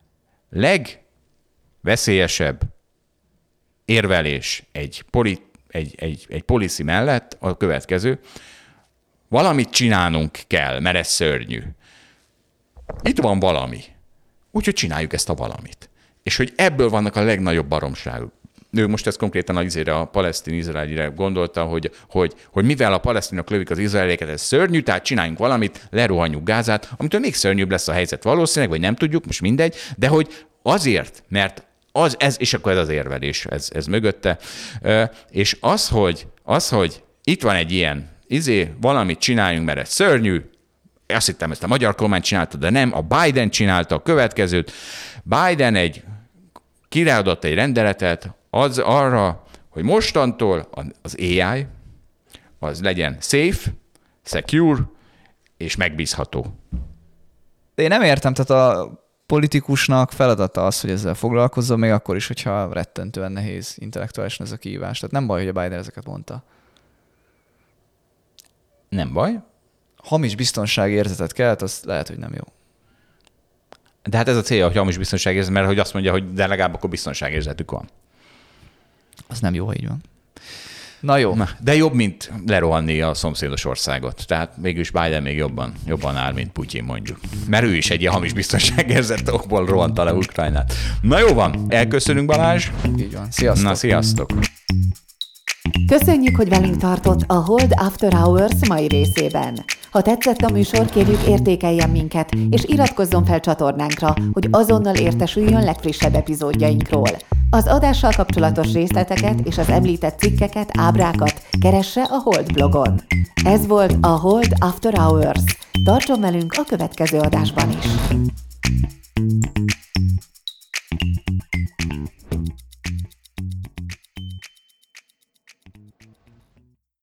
legveszélyesebb érvelés egy policy mellett a következő, valamit csinálnunk kell, mert ez szörnyű. Itt van valami. Úgyhogy csináljuk ezt a valamit. És hogy ebből vannak a legnagyobb baromságok. Ő most ezt konkrétan a palesztin-izraelire gondolta, hogy mivel a palesztinok lövik az izraelieket, ez szörnyű, tehát csináljunk valamit, lerohanjuk Gázát, amitől még szörnyűbb lesz a helyzet valószínűleg, vagy nem tudjuk, most mindegy, de hogy azért, mert és akkor ez az érvelés, ez mögötte, és az, hogy itt van egy ilyen, valamit csináljunk, mert ez szörnyű, azt hittem, ezt a magyar kormány csinálta, de nem, a Biden csinálta a következőt. Biden kiadott egy rendeletet arra, hogy mostantól az AI az legyen safe, secure és megbízható. De én nem értem, tehát a politikusnak feladata az, hogy ezzel foglalkozzon, még akkor is, hogyha rettentően nehéz intellektuálisan ez a kihívás. Tehát nem baj, hogy a Biden ezeket mondta. Nem baj. Hamis biztonságérzetet kelt, az lehet, hogy nem jó. De hát ez a célja, hogy hamis biztonságérzet, mert hogy azt mondja, hogy de legalább akkor biztonságérzetük van. Az nem jó, ha így van. Na jó. De jobb, mint lerohanni a szomszédos országot. Tehát mégis Biden még jobban áll, mint Putyin mondjuk. Mert ő is egy ilyen hamis biztonságérzetokból rohanta le Ukrajnát. Na jó van, elköszönünk Balázs. Így van, sziasztok. Na, sziasztok. Köszönjük, hogy velünk tartott a Hold After Hours mai részében. Ha tetszett a műsor, kérjük értékeljen minket, és iratkozzon fel csatornánkra, hogy azonnal értesüljön legfrissebb epizódjainkról. Az adással kapcsolatos részleteket és az említett cikkeket, ábrákat keresse a Hold blogon. Ez volt a Hold After Hours. Tartson velünk a következő adásban is!